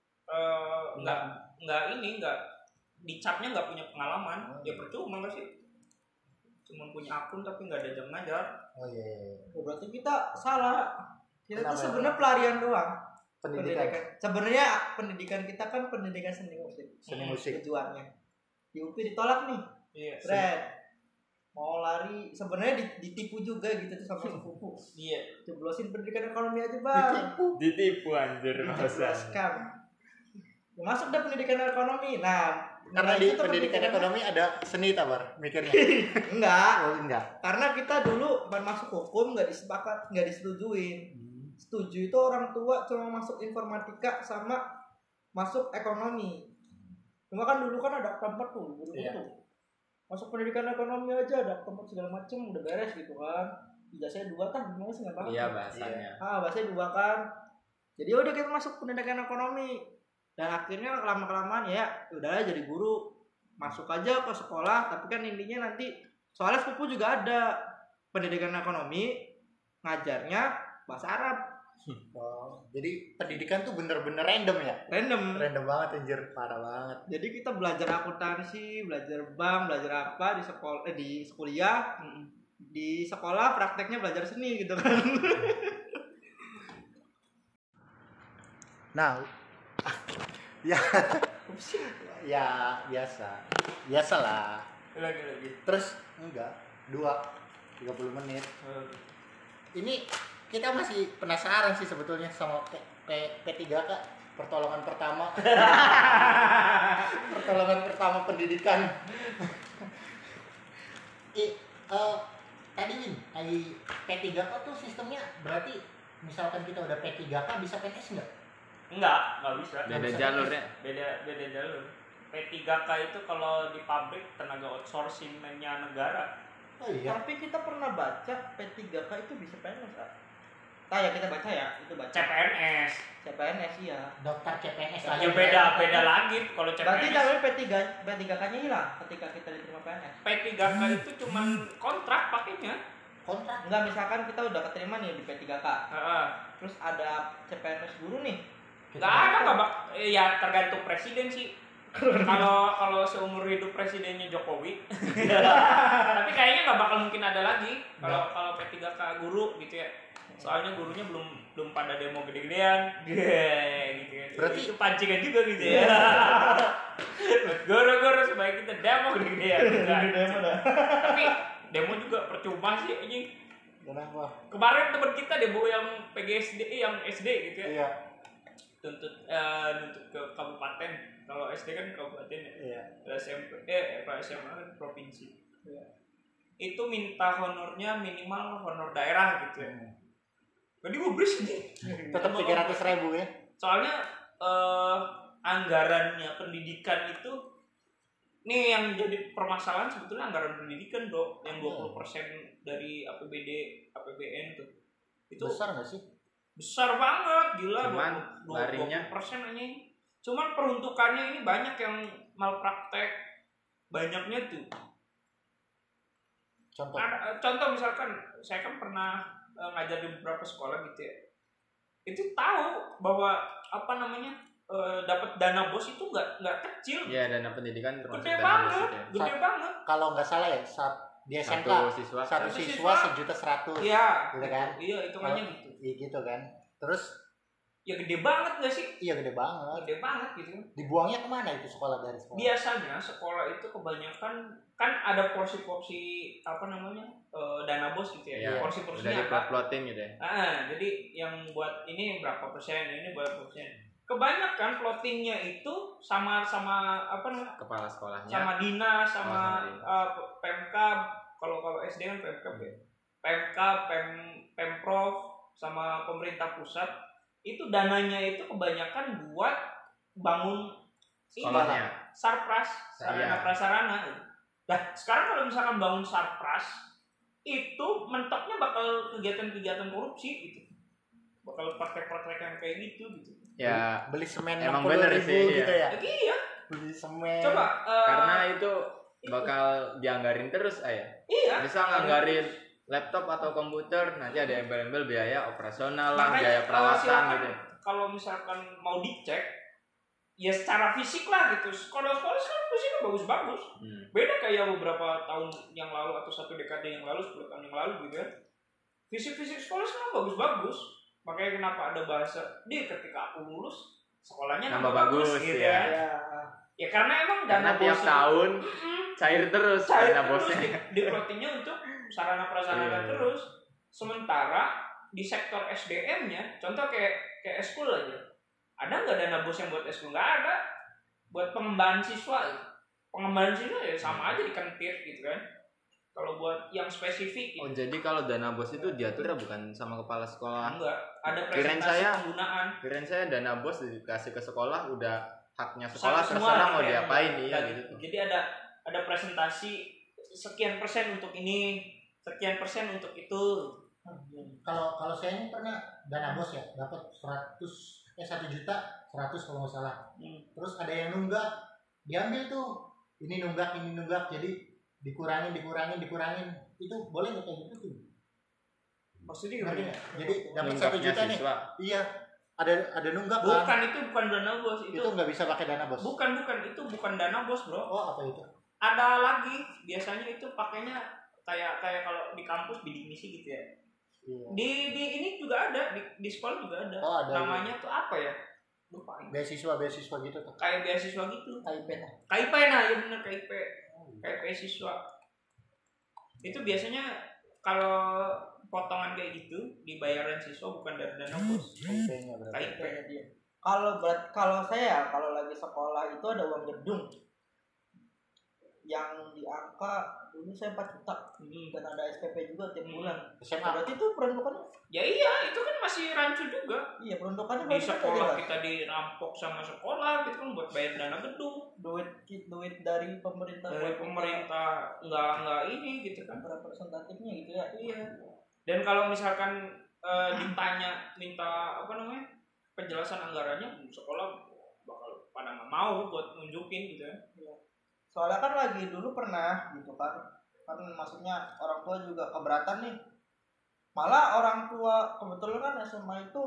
nggak dicapnya nggak punya pengalaman, ya percuma nggak sih? Cuma punya akun tapi nggak ada jam ngajar.
Oh iya.
Berarti kita salah. Kita tuh sebenarnya pelarian doang. Pendidikan. Sebenarnya pendidikan kita kan pendidikan seni musik.
Seni musik
tujuannya. Di UPI ditolak nih.
Iya.
Keren. mau lari sebenarnya ditipu juga gitu tuh sama sepupu.
Iya.
Jeblosin pendidikan ekonomi aja bang.
Ditipu anjir.
Dijebloskan. Masuk deh pendidikan ekonomi. Nah,
karena di pendidikan ekonomi ada seni tabar mikirnya.
Enggak.
Oh, enggak.
Karena kita dulu masuk hukum nggak disetujuin. Setuju itu orang tua cuma masuk informatika sama masuk ekonomi. Cuma kan dulu kan ada tempat tuh, tuh. Masuk pendidikan ekonomi aja ada tempat segala macem udah beres gitu kan. Ijazahnya 2 kan gimana sih nggak tahu.
Iya bahasanya.
Bahasanya 2 kan. Jadi udah kita masuk pendidikan ekonomi. Dan akhirnya lama-kelamaan ya udah jadi guru. Masuk aja ke sekolah, tapi kan intinya nanti soalnya sepupu juga ada pendidikan ekonomi ngajarnya bahasa Arab.
Oh, jadi pendidikan tuh bener-bener random ya? Random banget anjir, parah banget.
Jadi kita belajar akuntansi, belajar bank, belajar apa di sekolah di kuliah, di sekolah prakteknya belajar seni gitu kan.
Nah, ya biasalah.
Lagi.
Terus enggak 30 menit. Ini kita masih penasaran sih sebetulnya sama P3K, pertolongan pertama. Pertolongan pertama pendidikan. Tadi Win, P3K tuh sistemnya berarti misalkan kita udah P3K bisa PNS enggak?
Enggak bisa.
Beda jalurnya.
Beda jalur. P3K itu kalau di pabrik tenaga outsourcing-nya negara.
Oh iya.
Tapi kita pernah baca P3K itu bisa PNS, ya kita baca ya, itu baca. CPNS iya.
Daftar CPNS
lagi. Ya beda lagi kalau CPNS.
Berarti namanya P3K-nya hilang ketika kita diterima PNS.
P3K itu cuman kontrak pakainya.
Kontrak? Enggak, misalkan kita udah keterima nih di P3K. Terus ada CPNS guru nih.
Enggak ada ya tergantung presiden sih. Kalau seumur hidup presidennya Jokowi. Tapi kayaknya nggak bakal mungkin ada lagi kalau P3K guru gitu ya. Soalnya gurunya belum pada demo gede-gedean. Gitu ya.
Berarti
itu pancingan juga gitu ya. Goro-goro supaya kita demo gede-gedean. Tapi demo juga percuma sih anjing.
Kenapa?
Kemarin teman kita demo yang PGSD yang SD gitu ya.
Iya.
Nuntut ke kabupaten. Kalau SD kan kabupaten ya.
Iya.
SMP SMA kan provinsi. Iya. Itu minta honornya minimal honor daerah gitu ya. Jadi gubris nih.
Tetap 300.000 ya.
Soalnya anggarannya pendidikan itu nih yang jadi permasalahan sebetulnya anggaran pendidikan bro, yang 20% dari APBN tuh. Itu
besar nggak sih?
Besar banget, gila.
Cuman 20%
aja. Cuman peruntukannya ini banyak yang malpraktek. Banyaknya tuh. Contoh misalkan saya kan pernah ngajar di beberapa sekolah gitu ya. Itu tahu bahwa dapat dana BOS itu nggak kecil.
Iya, dana pendidikan
gede banget, gede banget.
Kalau nggak salah ya, di SMK satu siswa 1.100.000.
Iya,
gitu kan?
Iya, hitungannya gitu.
Iya gitu kan. Terus
ya gede banget nggak sih?
Iya gede banget.
Gede banget gitu.
Dibuangnya kemana itu sekolah dari sekolah?
Biasanya sekolah itu kebanyakan kan ada porsi-porsi dana BOS gitu ya.
Iya,
Porsi-porsinya
udah diplot-plotin gitu ya.
Jadi yang buat ini berapa persen, ini berapa persen. Kebanyakan plottingnya itu sama
kepala sekolahnya,
sama dinas, sama Pemkab. Kalau SD kan Pemkab ya. Pemkab, Pemprov sama pemerintah pusat. Itu dananya itu kebanyakan buat bangun
sekolahnya.
Sarpras, sarana prasarana. Nah, sekarang kalau misalkan bangun Sarpras, itu mentoknya bakal kegiatan-kegiatan korupsi gitu. Bakal praktek-praktek yang kayak gitu.
Ya, beli semen
emang bener sih
gitu ya.
Iya.
Beli semen.
Coba
karena itu bakal dianggarin terus
Iya.
Bisa nganggarin laptop atau komputer, nanti ada embel-embel biaya operasional lah, biaya perawatan gitu.
Kalau misalkan mau dicek, ya secara fisik lah gitu. Sekolah-sekolah kan fisiknya bagus-bagus. Beda kayak beberapa tahun yang lalu atau 1 dekade yang lalu, 10 tahun yang lalu gitu kan. Fisik-fisik sekolah sekarang bagus-bagus. Makanya kenapa ada bahasa, ketika aku lulus, sekolahnya nambah bagus gitu
ya.
Ya karena emang dana
tiap tahun cair terus
dana
bosnya.
Diplotinnya untuk sarana prasarana terus. Sementara di sektor SDM-nya, contoh kayak eskul aja, ada nggak dana bos yang buat eskul? Nggak ada. Buat pengembangan siswa ya sama aja dikentit gitu kan. Kalau buat yang spesifik gitu.
Oh, jadi kalau dana bos itu diaturnya bukan sama kepala sekolah?
Enggak, ada presentasi penggunaan.
Kirain saya dana bos dikasih ke sekolah udah haknya sekolah terserah mau diapain gitu.
Jadi ada presentasi sekian persen untuk ini, sekian persen untuk itu.
Kalau saya ini pernah dana bos ya, dapat 1 juta 100 kalau nggak salah. Terus ada yang nunggak, diambil tuh. Ini nunggak, jadi dikurangin. Itu boleh nggak kayak gitu tuh?
Maksudnya gimana?
Jadi dapat 1 juta nih. Iya. Ada nunggak
bukan kan? Itu bukan dana bos
itu nggak bisa pakai dana bos.
Bukan itu bukan dana bos bro.
Oh, apa itu?
Ada lagi biasanya itu pakainya kayak kalau di kampus bidik misi gitu ya. Iya. Di ini juga ada di sekolah juga ada.
Oh, ada.
Namanya tuh apa ya? Lupa.
Beasiswa gitu tuh.
Kayak beasiswa gitu. KIP nah ya benar KIP. KIP siswa. Itu biasanya kalau potongan kayak gitu dibayarin siswa bukan dari dana bos. KIP dia.
Kalau saya kalau lagi sekolah itu ada uang gedung yang di angka dulu saya 4 juta dan ada SPP juga tiap bulan. Berarti itu peruntukannya?
Ya iya, itu kan masih rancu juga.
Iya, peruntukannya
di sekolah kita dirampok sama sekolah gitu kan buat bayar dana gedung.
Duit dari pemerintah.
Dari pemerintah nggak ini gitu kan.
Representatifnya gitu ya.
Iya. Dan kalau misalkan ditanya minta penjelasan anggarannya, sekolah bakal pada nggak mau buat nunjukin gitu ya.
Soalnya kan lagi dulu pernah gitu kan maksudnya orang tua juga keberatan nih, malah orang tua kebetulan kan SMA itu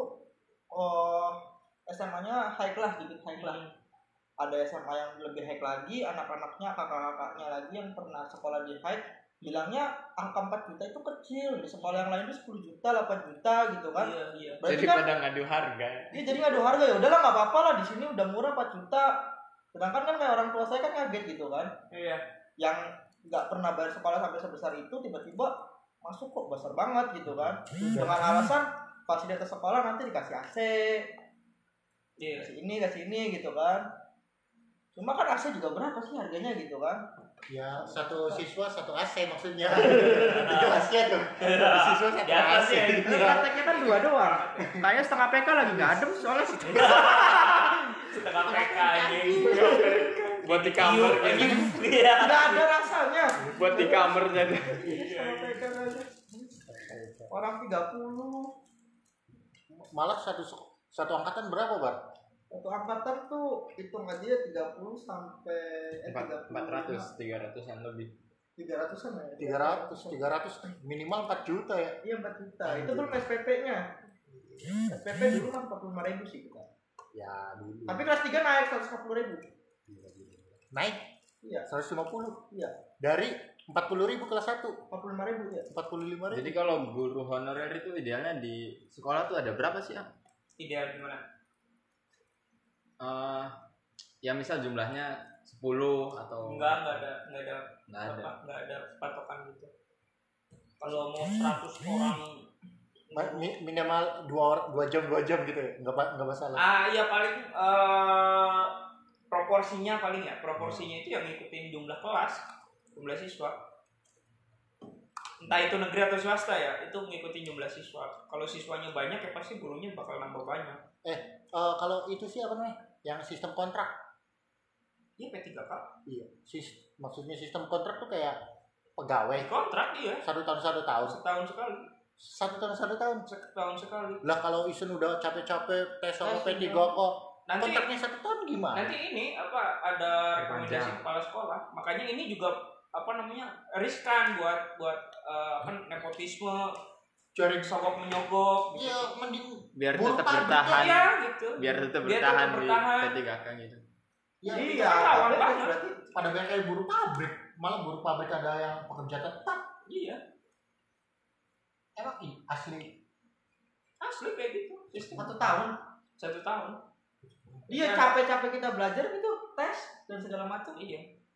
SMA-nya high class, ada SMA yang lebih high lagi, anak-anaknya kakak-kakaknya lagi yang pernah sekolah di high bilangnya angka 4 juta itu kecil, di sekolah yang lain itu 10 juta 8 juta gitu kan.
Iya.
Jadi kan, pada ngadu harga.
Iya, jadi ngadu harga, ya udahlah nggak apa-apa lah, di sini udah murah 4 juta. Sedangkan kan kayak orang tua saya kan kaget gitu kan.
Iya.
Yang nggak pernah bayar sekolah sampai sebesar itu tiba-tiba masuk kok besar banget gitu kan. Dengan alasan fasilitas sekolah nanti dikasih AC.
Iya.
Kasih ini gitu kan. Cuma kan AC juga berapa sih harganya gitu kan?
Ya, 1 siswa 1 AC maksudnya. Jelasnya tuh. Siswa 1 AC.
Prakteknya kan 2 doang.
Kayaknya setengah PK lagi nggak adem soalnya setengah PK aja.
Buat di kamar gitu.
Nggak ada rasanya.
Buat di kamar jadi.
Orang 30.
Malah satu angkatan berapa, Bar?
Satu angkatan tuh hitung aja 30 sampai
300-an lebih.
300-an ya.
300 minimal 4 juta ya.
Iya 4 juta. Itu belum SPP-nya. SPP dulu kan 45.000 sih kita.
Ya dulu.
Tapi kelas 3 naik 150.000.
Naik?
Iya.
150?
Iya.
Dari 40.000 kelas 1.
45.000 ya.
45.000.
Jadi kalau guru honorer itu idealnya di sekolah tuh ada berapa sih ya?
Ideal gimana?
Ya misal jumlahnya 10 atau
enggak ada patokan gitu. Kalau mau 100 orang
minimal 2 jam gitu ya, nggak masalah.
Iya paling proporsinya itu yang ngikutin jumlah kelas, jumlah siswa. Entah itu negeri atau swasta ya, itu ngikutin jumlah siswa. Kalau siswanya banyak ya pasti gurunya bakal nambah banyak.
Kalau itu sih apa namanya? Yang sistem kontrak.
Iya P3K.
Iya. Maksudnya sistem kontrak tuh kayak pegawai.
Kontrak iya.
1 tahun 1 tahun.
Setahun sekali.
1 tahun 1 tahun.
Setahun sekali.
Lah kalau Isen udah capek-capek tes P3 kok
nanti
kontraknya 1 tahun gimana?
Nanti ini ada rekomendasi kepala sekolah. Makanya ini juga riskan buat nepotisme, cari sogok menyogok gitu.
Iya, mending
biar tetap bertahan.
Iya gitu.
Biar tetap bertahan di P3K gitu.
Ya,
iya,
rawan banget.
Berarti pada banyak kayak buruh pabrik. Malah buruh pabrik ada yang pekerja tetap.
Iya.
Emang asli
kayak gitu.
1 tahun.
1 tahun.
Iya, capek-capek kita belajar gitu, tes dan segala macam.
Iya.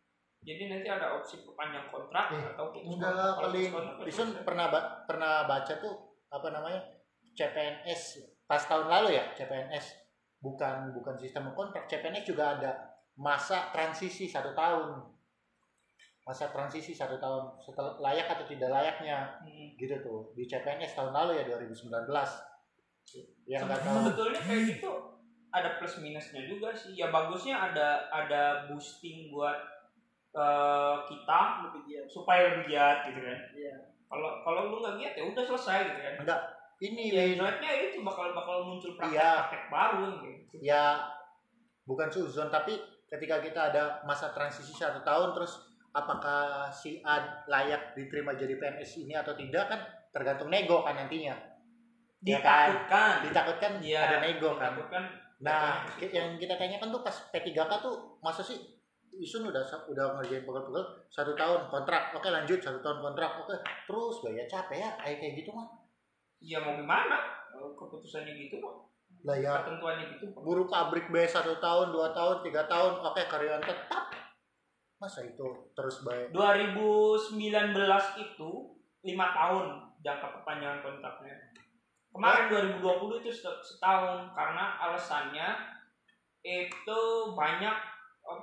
Jadi nanti ada opsi perpanjang kontrak atau putus
kontrak. Kali Vision pernah baca tuh apa namanya CPNS pas tahun lalu ya, CPNS bukan sistem kontrak, CPNS juga ada masa transisi 1 tahun. Masa transisi 1 tahun setelah layak atau tidak layaknya gitu tuh di CPNS tahun lalu ya 2019. Yang nggak tahu.
Sebetulnya kayak gitu ada plus minusnya juga sih. Ya bagusnya ada boosting buat kita lebih giat, supaya lebih giat gitu kan. Iya. Kalau lu nggak giat ya udah selesai gitu kan.
Enggak. Ini
ya jeleknya itu bakal muncul praktek baru gitu.
Ya bukan suzon, tapi ketika kita ada masa transisi 1 tahun terus apakah si A layak diterima jadi PNS ini atau tidak kan tergantung nego kan nantinya. Ditakutkan ya, ada nego kan. Nah, yang kita tanyakan tuh pas P3K tuh masa sih Isun udah ngerjain pegel-pegel 1 tahun kontrak, oke lanjut 1 tahun kontrak, oke terus gak ya capek ya kayak gitu mah.
Ya mau gimana? Keputusannya gitu kok.
Lah ya.
Ketentuannya gitu kok.
Buruh pabrik B 1 tahun, 2 tahun, 3 tahun, oke karyawan tetap. Masa itu terus bayar?
2019 itu 5 tahun jangka perpanjangan kontraknya. Kemarin 2020 itu setahun karena alasannya itu banyak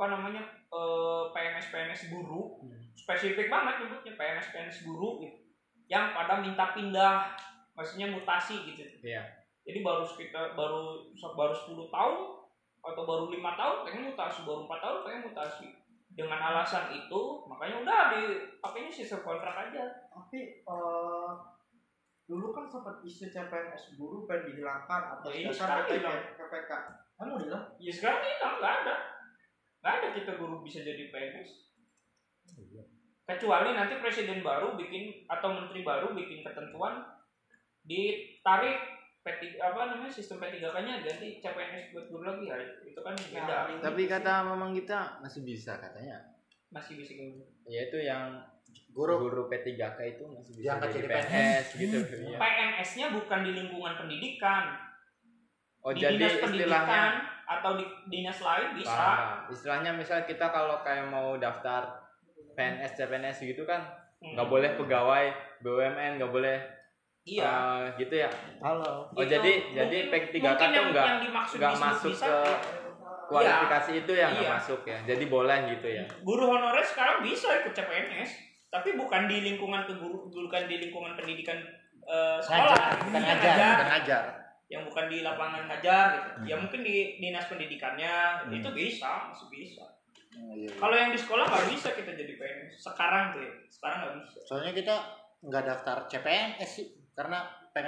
PNS buruh, spesifik banget nyebutnya PNS buruh gitu, yang pada minta pindah, maksudnya mutasi gitu.
Iya.
Jadi baru 10 tahun atau baru 5 tahun pengen mutasi, baru 4 tahun pengen mutasi. Dengan alasan itu makanya udah dipakainya sistem kontrak aja.
Tapi dulu kan sempat isu CPNS buruh pengen dihilangkan atau
sekarang
PPK. Kamu hilang?
Ya sekarang hilang, nggak ada kita guru bisa jadi PNS. Kecuali nanti presiden baru bikin atau menteri baru bikin ketentuan ditarik sistem P3K-nya ganti CPNS buat guru lagi ya. Itu kan beda.
Tapi kata memang kita masih bisa katanya.
Masih bisa guru.
Ya itu yang
guru
P3K itu masih bisa
jadi
PNS gitu.
PNS-nya bukan di lingkungan pendidikan.
Di
jadi
dinas
pendidikan atau di dinas lain bisa.
Istilahnya misal kita kalau kayak mau daftar PNS CPNS gitu kan nggak boleh pegawai BUMN, nggak boleh gitu ya.
Halo.
Jadi P3K tuh nggak masuk ke kualifikasi itu ya, nggak masuk ya. Jadi boleh gitu ya.
Guru honorer sekarang bisa ikut CPNS, tapi bukan di lingkungan pendidikan sekolah,
bukan ngajar.
Yang bukan di lapangan ngajar gitu. Ya mungkin di dinas pendidikannya itu masih bisa. Kalau yang di sekolah nggak bisa kita jadi PNS sekarang nggak bisa.
Soalnya kita nggak daftar CPNS sih karena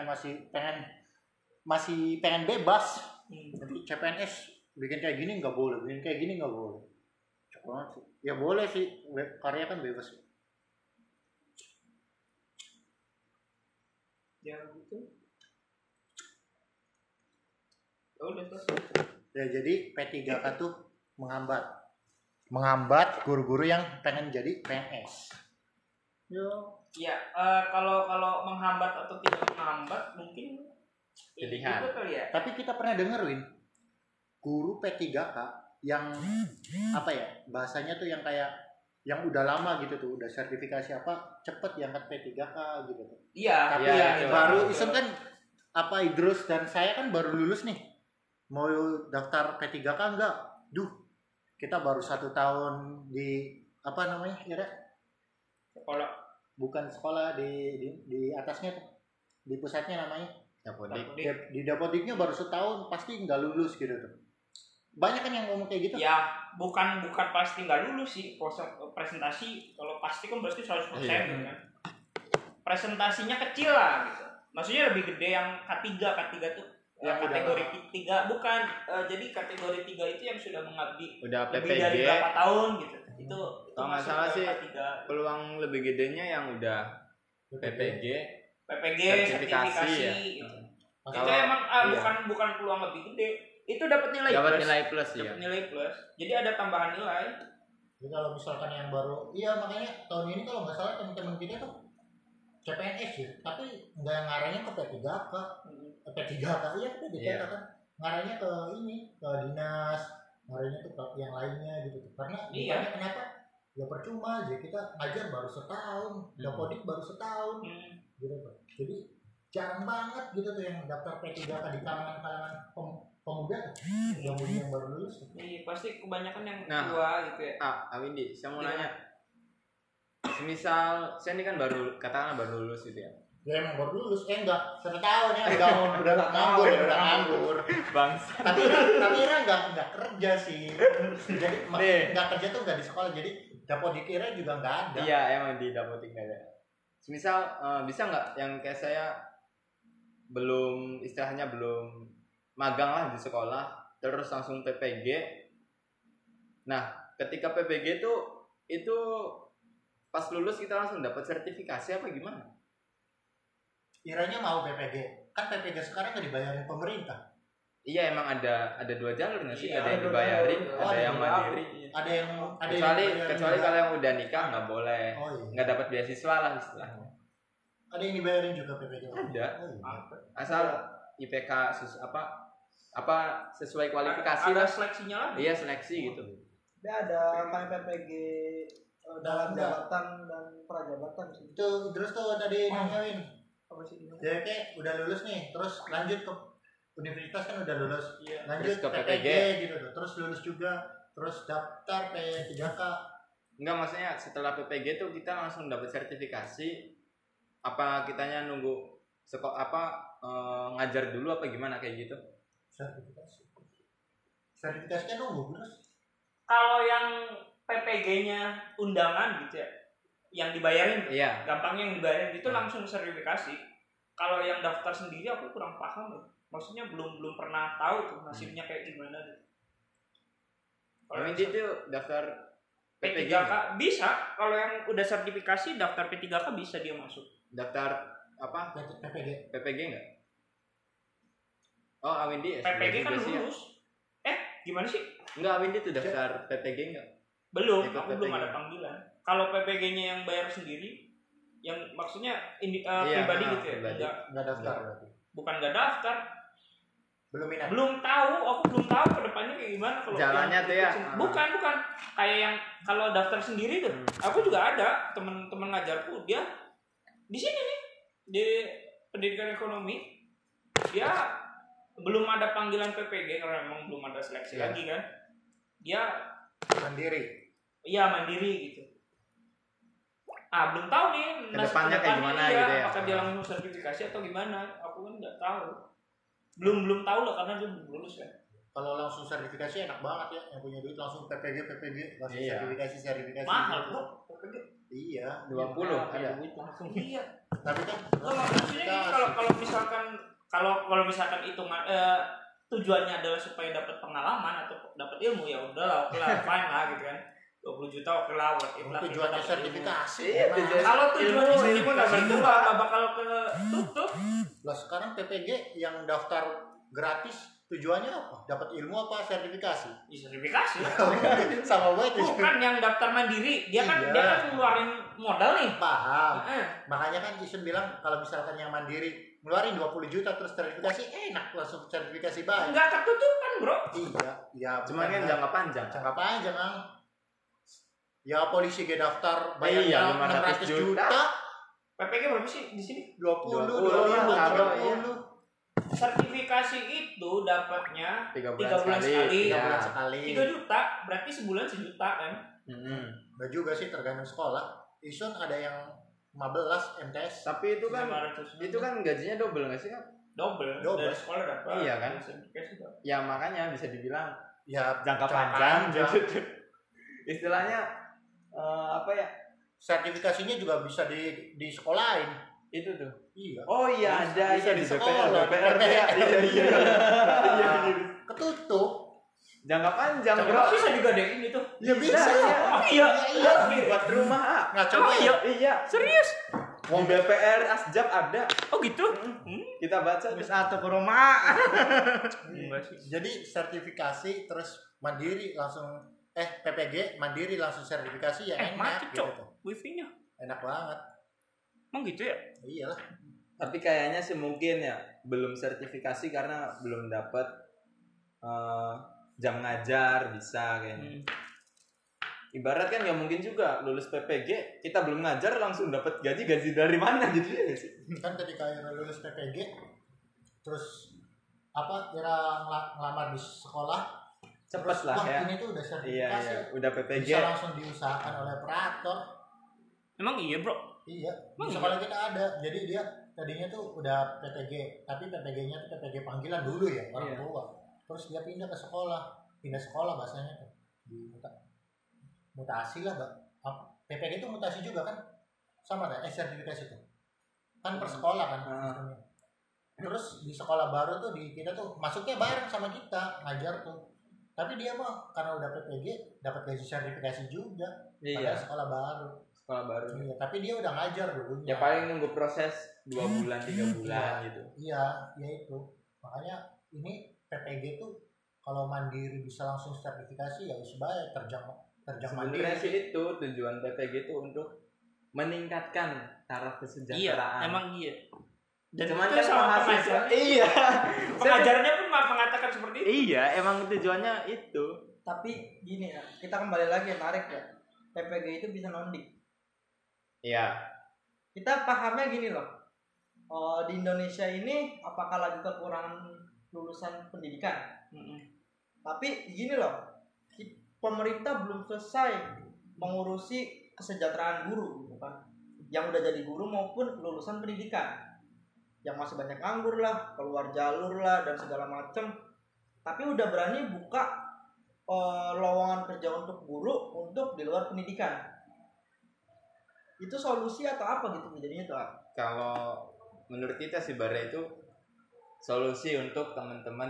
masih pengen bebas. Jadi CPNS bikin kayak gini nggak boleh, bikin kayak gini nggak boleh. Ya boleh sih, karya kan bebas.
Ya gitu.
Ya jadi P3K tuh menghambat guru-guru yang pengen jadi PNS.
Ya, kalau menghambat atau tidak menghambat mungkin
pilihan.
Ya.
Tapi kita pernah dengerin guru P3K yang bahasanya tuh yang kayak yang udah lama gitu tuh, udah sertifikasi cepet diangkat P3K gitu tuh.
Iya.
Tapi baru Isen kan Idrus dan saya kan baru lulus nih. Mau daftar P3K enggak? Kita baru 1 tahun di
sekolah.
Bukan sekolah di atasnya tuh, di pusatnya namanya
Dapodik.
Di Dapodiknya baru 1 tahun pasti nggak lulus gitu tuh. Banyak kan yang ngomong kayak gitu.
Ya bukan pasti nggak lulus sih. Presentasi kalau pasti kan berarti 100% gitu kan. Presentasinya kecil lah gitu. Maksudnya lebih gede yang K3 tuh. Yang kategori 3 bukan jadi kategori 3 itu yang sudah mengabdi lebih dari berapa tahun gitu. Itu
kalau nggak salah sih peluang lebih gedenya yang udah PPG sertifikasi ya.
Gitu. Itu emang bukan peluang lebih gede. Itu dapat nilai
plus.
Nilai plus. Jadi ada tambahan nilai.
Jadi kalau misalkan yang baru, makanya tahun ini kalau nggak salah teman-teman kita tuh CPNS ya, tapi nggak ngarahnya ke P3K. P3K iya kan kan ngarahnya ke dinas, ngarahnya ke yang lainnya gitu. Karena kenapa Ya percuma aja, kita ngajar baru setahun, dapodik baru setahun, gitu Pak. Jadi jarang banget gitu tuh yang daftar P3K di kalangan pemuda yang baru lulus.
Iya, pasti kebanyakan yang tua gitu ya.
Awindi, saya mau nanya. Semisal saya ini kan katakanlah baru lulus gitu ya.
Ya emang baru lulus, enggak, 1 tahun ya, udah nganggur.
Bangsa.
Tapi Ira enggak kerja sih. Jadi enggak kerja tuh enggak di sekolah, jadi dapodik Ira juga enggak ada.
Iya, emang di dapodik enggak ada. Semisal bisa enggak yang kayak saya belum magang lah di sekolah, terus langsung PPG. Nah, ketika PPG itu pas lulus kita langsung dapat sertifikasi apa gimana?
Iranya mau PPG, kan PPG sekarang nggak dibayarin pemerintah.
Iya, emang ada 2 jalur nggak sih? Ada yang dibayarin, ada yang mandiri. Kecuali kalau yang udah nikah nggak boleh, nggak dapat beasiswa lah istilahnya.
Ada yang dibayarin juga PPG?
Ada. Asal IPK apa sesuai kualifikasi
ada
lah.
seleksinya lah.
Iya, seleksi gitu.
Ada kayak PPG dalam jabatan dan prajabatan sih.
Itu terus tuh tadi nanyain. Jadi kayak udah lulus nih, terus lanjut ke universitas kan udah lulus, lanjut ke PPG gitu tuh, terus lulus juga, terus daftar P3K.
Enggak, maksudnya setelah PPG tuh kita langsung dapat sertifikasi, apa kitanya nunggu ngajar dulu apa gimana kayak gitu?
Sertifikasinya nunggu terus.
Kalau yang PPG-nya undangan gitu ya, yang dibayarin, gampangnya yang dibayarin itu langsung sertifikasi. Kalau yang daftar sendiri aku kurang paham, maksudnya belum pernah tahu tuh nasibnya kayak gimana.
Kalau itu daftar
P3K bisa, kalau yang udah sertifikasi daftar P3K bisa dia masuk.
Daftar apa? PPG enggak? Oh, Awindi
PPG kan lulus. Gimana sih?
Enggak, Awindi tuh daftar PPG enggak?
Belum, aku belum ada panggilan. Kalau PPG-nya yang bayar sendiri, yang maksudnya pribadi gitu ya?
Enggak daftar berarti.
Bukan enggak daftar.
Belum
tahu, aku belum tahu ke depannya kayak gimana kalau
jalannya tuh ya.
Bukan. Kayak yang kalau daftar sendiri tuh. Aku juga ada teman-teman ngajarku, dia di sini nih di pendidikan ekonomi. Dia belum ada panggilan PPG karena memang belum ada seleksi lagi kan. Dia
mandiri.
Iya, mandiri gitu. Belum tahu nih
kedepannya kayak gimana gitu ya.
Apakah dia langsung sertifikasi atau gimana? Aku kan nggak tahu. Belum tahu lah karena dia belum lulus kan.
Kalau langsung sertifikasi enak banget ya, yang punya duit langsung PPG langsung sertifikasi.
Mahal bro, PPG.
Iya,
20 ada.
Langsung. Iya.
Tapi kan
kalau misalkan hitungan tujuannya adalah supaya dapat pengalaman atau dapat ilmu, ya udahlah, oke lah, fine lah gitu kan. 20 juta oke lah,
tujuannya sertifikasi.
Kalau tujuannya sertifikasi itu nggak bakal ketutup.
Lah sekarang PPG yang daftar gratis tujuannya apa? Dapat ilmu apa sertifikasi?
Sertifikasi.
Sama banget.
Bukan yang daftar mandiri, dia kan ngeluarin modal nih.
Paham. Makanya kan Isun bilang kalau misalkan yang mandiri ngeluarin 20 juta terus sertifikasi enak, langsung sertifikasi baik.
Enggak ketutupan, bro.
Iya.
Cuma kan jangka panjang.
Ya polisi ke daftar bayarnya 600 juta.
PPG berapa sih di sini?
20.
Sertifikasi itu dapatnya 3 bulan sekali. 3 juta, berarti sebulan 1 juta kan?
Enggak juga sih, tergantung sekolah. Isun ada yang 15 MTS.
Tapi itu kan gajinya double nggak sih kan?
Double. Dari sekolah dapat.
Iya kan? Ya makanya bisa dibilang
ya
jangka panjang. Istilahnya apa ya?
Sertifikasinya juga bisa di sekolahin.
Itu tuh.
Iya.
Oh iya, ada
bisa di sekolah. Iya. Ketutup.
Jangka panjang, bro.
Bisa digadein itu.
Ya bisa.
Iya.
Buat rumah.
Nggak coba ya?
Iya.
Serius?
Wong BPR Asjab ada.
Oh gitu?
Kita baca
di satu ke rumah.
Jadi sertifikasi terus mandiri langsung PPG mandiri langsung sertifikasi ya enak
gitu. Wifi-nya
enak banget.
Emang gitu ya?
Iyalah.
Tapi kayaknya sih mungkin ya belum sertifikasi karena belum dapat jam ngajar bisa kayaknya. ibarat kan nggak mungkin juga lulus PPG kita belum ngajar langsung dapat gaji dari mana gitu ya sih.
Kan ketika Ira lulus PPG terus Ira ngelamar di sekolah
cepet lah ya.
Ini tuh udah sertifikasi.
Iya, udah PPG.
Bisa langsung diusahakan oleh operator.
Emang iya bro?
Iya. Di sekolah kita ada. Jadi dia tadinya tuh udah PPG, tapi PPG-nya tuh PPG panggilan dulu ya orang tua. Terus dia pindah sekolah bahasanya tuh. Mutasi lah, Mbak. PPG itu mutasi juga kan? Sama kan? Sertifikasi itu. Kan per sekolah kan sistemnya. Terus di sekolah baru tuh kita tuh masuknya bareng sama kita, ngajar tuh. Tapi dia mah karena udah PPG dapat gaji sertifikasi juga. Padahal sekolah baru. Iya, tapi dia udah ngajar dulunya.
Ya paling nunggu proses 2 bulan, 3 bulan gitu.
Iya, ya itu. Makanya ini PPG tuh kalau mandiri bisa langsung sertifikasi ya sebaik terjang mandiri.
Sebenarnya sih itu tujuan PPG itu untuk meningkatkan taraf kesejahteraan.
Iya, emang iya. Dan
cuman
itu sama pengajar.
Iya.
Pengajarnya pun mengatakan seperti itu.
Iya, emang tujuannya itu.
Tapi gini ya, kita kembali lagi tarik ya. PPG itu bisa nondik.
Iya.
Kita pahamnya gini loh. Di Indonesia ini apakah lagi kekurangan lulusan pendidikan? Tapi gini loh. Pemerintah belum selesai mengurusi kesejahteraan guru gitu kan. Yang udah jadi guru maupun lulusan pendidikan. Yang masih banyak nganggur lah, keluar jalur lah dan segala macem. Tapi udah berani buka lowongan kerja untuk guru untuk di luar pendidikan. Itu solusi atau apa gitu jadinya tuh?
Kalau menurut kita sih Bara itu solusi untuk teman-teman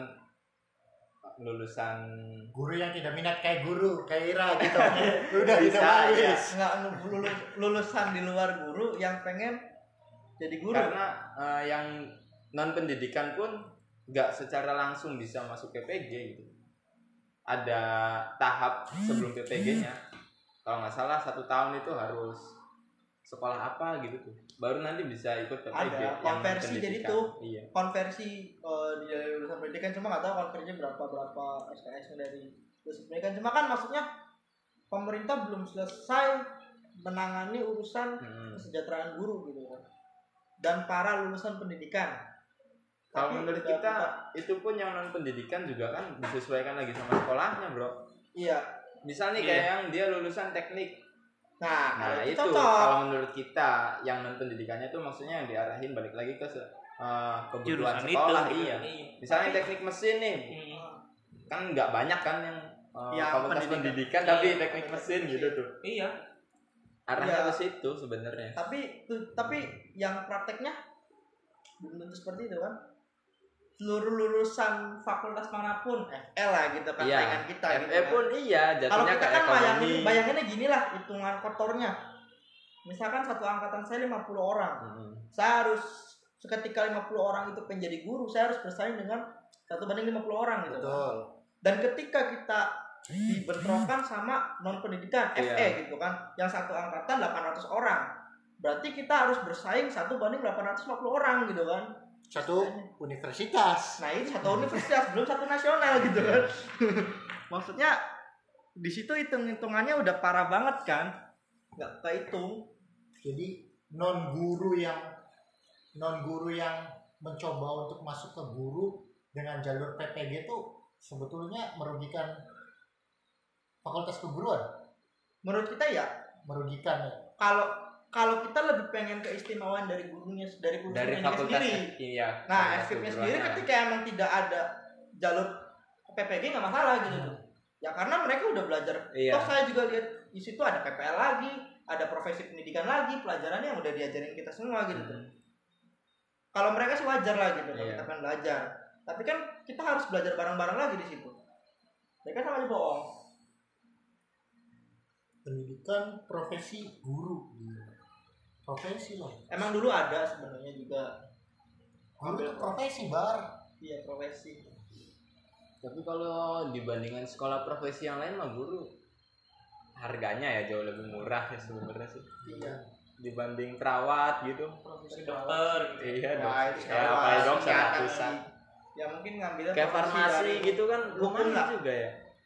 lulusan
guru yang tidak minat kayak Ira gitu. Udah
bisa
ya.
Nggak lulusan di luar guru yang pengen jadi guru.
Karena yang non pendidikan pun nggak secara langsung bisa masuk PPG gitu. Ada tahap sebelum PPG-nya. Kalau nggak salah 1 tahun itu harus sekolah apa gitu tuh. Baru nanti bisa ikut PPG.
Ada konversi jadi tuh.
Iya.
Konversi di lulusan pendidikan cuma nggak tahu konversinya berapa SKS-nya dari lulusan pendidikan. Cuma kan maksudnya pemerintah belum selesai menangani urusan kesejahteraan guru gitu kan. Dan para lulusan pendidikan.
Kalau menurut kita itu pun yang non pendidikan juga kan disesuaikan lagi sama sekolahnya, Bro.
Iya.
Misalnya kayak yang dia lulusan teknik.
Nah
itu kalau menurut kita yang non pendidikannya tuh maksudnya yang diarahin balik lagi ke kebutuhan sekolah. Iya. Misalnya teknik mesin nih. Kan nggak banyak kan yang fakultas pendidikan tapi teknik mesin gitu tuh.
Iya.
Arahnya ke situ sebenarnya.
Tapi yang prakteknya belum tentu seperti itu kan. Seluruh lulusan fakultas manapun FE lah gitu kan saingan kita
FE
gitu kan.
pun iya jatuhnya
kalau kita
kayak
kan bayanginnya gini lah hitungan kotornya. Misalkan satu angkatan saya 50 orang. Saya harus seketika 50 orang itu menjadi guru, saya harus bersaing dengan 1:50 orang gitu.
Betul.
Dan ketika kita dibentrokan sama non pendidikan FE gitu kan, yang satu angkatan 800 orang. Berarti kita harus bersaing 1:850 orang gitu kan.
Satu universitas.
Nah, ini satu universitas, belum satu nasional gitu kan. Maksudnya di situ hitung-hitungannya udah parah banget kan. Enggak kehitung.
Jadi non guru yang mencoba untuk masuk ke guru dengan jalur PPG itu sebetulnya merugikan fakultas keguruan.
Menurut kita ya
merugikan ya.
Kalau kita lebih pengen keistimewaan dari gurunya dari
fakultas
sendiri.
Iya.
Nah, FKIP sendiri ketika emang tidak ada jalur PPG nggak masalah gitu tuh. Ya karena mereka udah belajar. Toh saya juga lihat di situ ada PPL lagi, ada profesi pendidikan lagi, pelajarannya yang udah diajarin kita semua gitu tuh. Kalau mereka sih wajar lah gitu, kita kan belajar. Tapi kan kita harus belajar bareng-bareng lagi di situ. Mereka sama aja bohong.
Pendidikan profesi guru. Profesi loh.
Emang dulu ada sebenarnya juga.
Guru itu profesi bar.
Iya profesi.
Tapi kalau dibandingkan sekolah profesi yang lain mah guru harganya ya jauh lebih murah ya sebenarnya sih.
Iya.
Dibanding perawat gitu.
Profesi dokter.
Iya
dokter.
Ya apa dokter ratusan.
Ya mungkin ngambilnya
kayak farmasi gitu kan lumayan juga ya.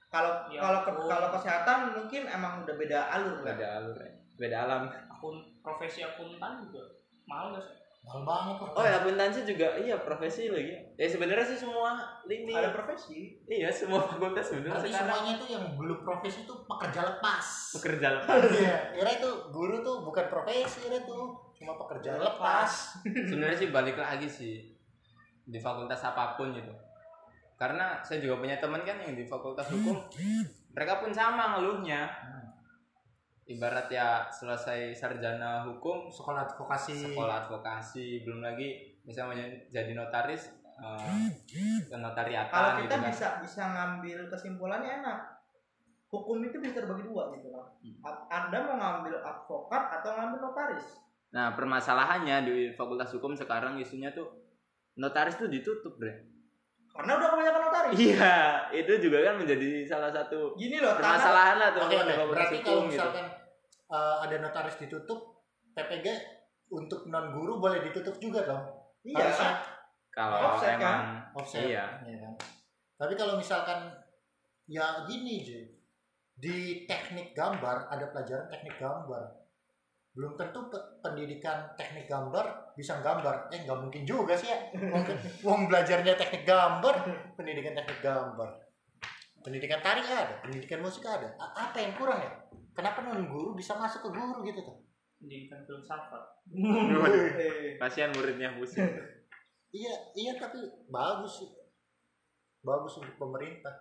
Kalau kesehatan mungkin emang udah beda alur kan?
Beda alam.
Profesi akuntan juga mahal nggak sih?
Mahal banget.
Oh ya, akuntansi juga profesi lagi. Ya sebenarnya sih semua lini.
Ada profesi.
Iya, semua fakultas sebenarnya
sekarang. Semuanya tuh yang belum profesi tuh pekerja lepas. Iya, kira itu guru tuh bukan profesi, kira tuh cuma pekerja lepas.
Sebenarnya sih balik lagi sih di fakultas apapun gitu. Karena saya juga punya teman kan yang di fakultas hukum, mereka pun sama ngeluhnya. Ibarat ya selesai sarjana hukum,
sekolah advokasi,
belum lagi misalnya jadi notaris, notariatan.
Kalau kita
gitu
bisa ngambil kesimpulannya enak. Hukum itu bisa terbagi dua gitu lah. Anda mau ngambil advokat atau ngambil notaris?
Nah, permasalahannya di fakultas hukum sekarang isunya tuh notaris tuh ditutup, Bre.
Karena udah kebanyakan notaris.
Iya, itu juga kan menjadi salah satu
gini loh,
permasalahan lah tuh.
Berarti kalau misalkan ada notaris ditutup, PPG untuk non guru boleh ditutup juga dong.
Iya.
Kalau
offset,
emang
kan?
Offset. Iya kan? Tapi kalau misalkan ya gini Je, di teknik gambar ada pelajaran teknik gambar. Belum tentu pendidikan teknik gambar bisa gambar. Nggak mungkin juga sih ya. Wong belajarnya teknik gambar, pendidikan teknik gambar. Pendidikan tari ada, pendidikan musik ada. Apa yang kurang ya? Kenapa non guru bisa masuk ke guru gitu tuh?
Pendidikan filsafat.
Kasihan muridnya pusing.
Iya tapi bagus sih. Bagus untuk pemerintah.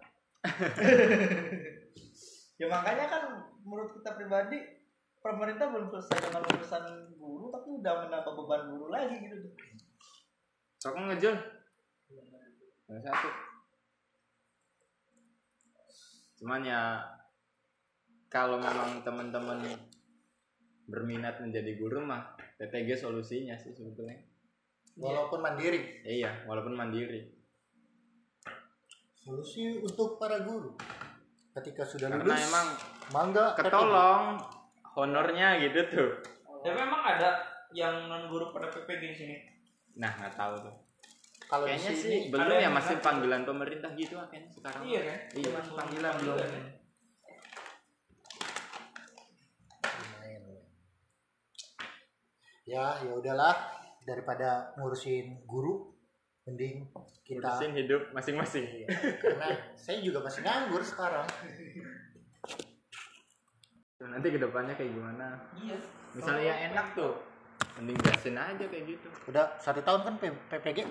Ya makanya kan menurut kita pribadi, pemerintah belum selesai dengan urusan guru tapi udah menambah beban guru lagi gitu.
Kok ngejol? Satu. Cuman ya kalau memang teman-teman berminat menjadi guru mah PPG solusinya sih sebetulnya.
Walaupun mandiri.
Iya, walaupun mandiri.
Solusi untuk para guru ketika sudah lulus.
Karena emang
mangga
ketolong honornya gitu tuh.
Tapi memang ada yang non guru pada PPG di sini.
Nah, nggak tahu tuh.
Kalau
kayaknya
sini,
sih belum ya, masih panggilan pemerintah gitu kayaknya sekarang.
Iya kan?
Iya, masih panggilan belum.
Ya udahlah, daripada ngurusin guru mending kita
ngurusin hidup masing-masing.
Karena saya juga masih nganggur sekarang.
Nanti kedepannya kayak gimana?
Iya.
Misalnya yang enak tuh, mending gasin aja kayak gitu.
Udah 1 tahun kan PPG?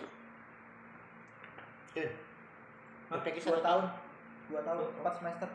PPG 1 tahun.
2 tahun, 4 semester.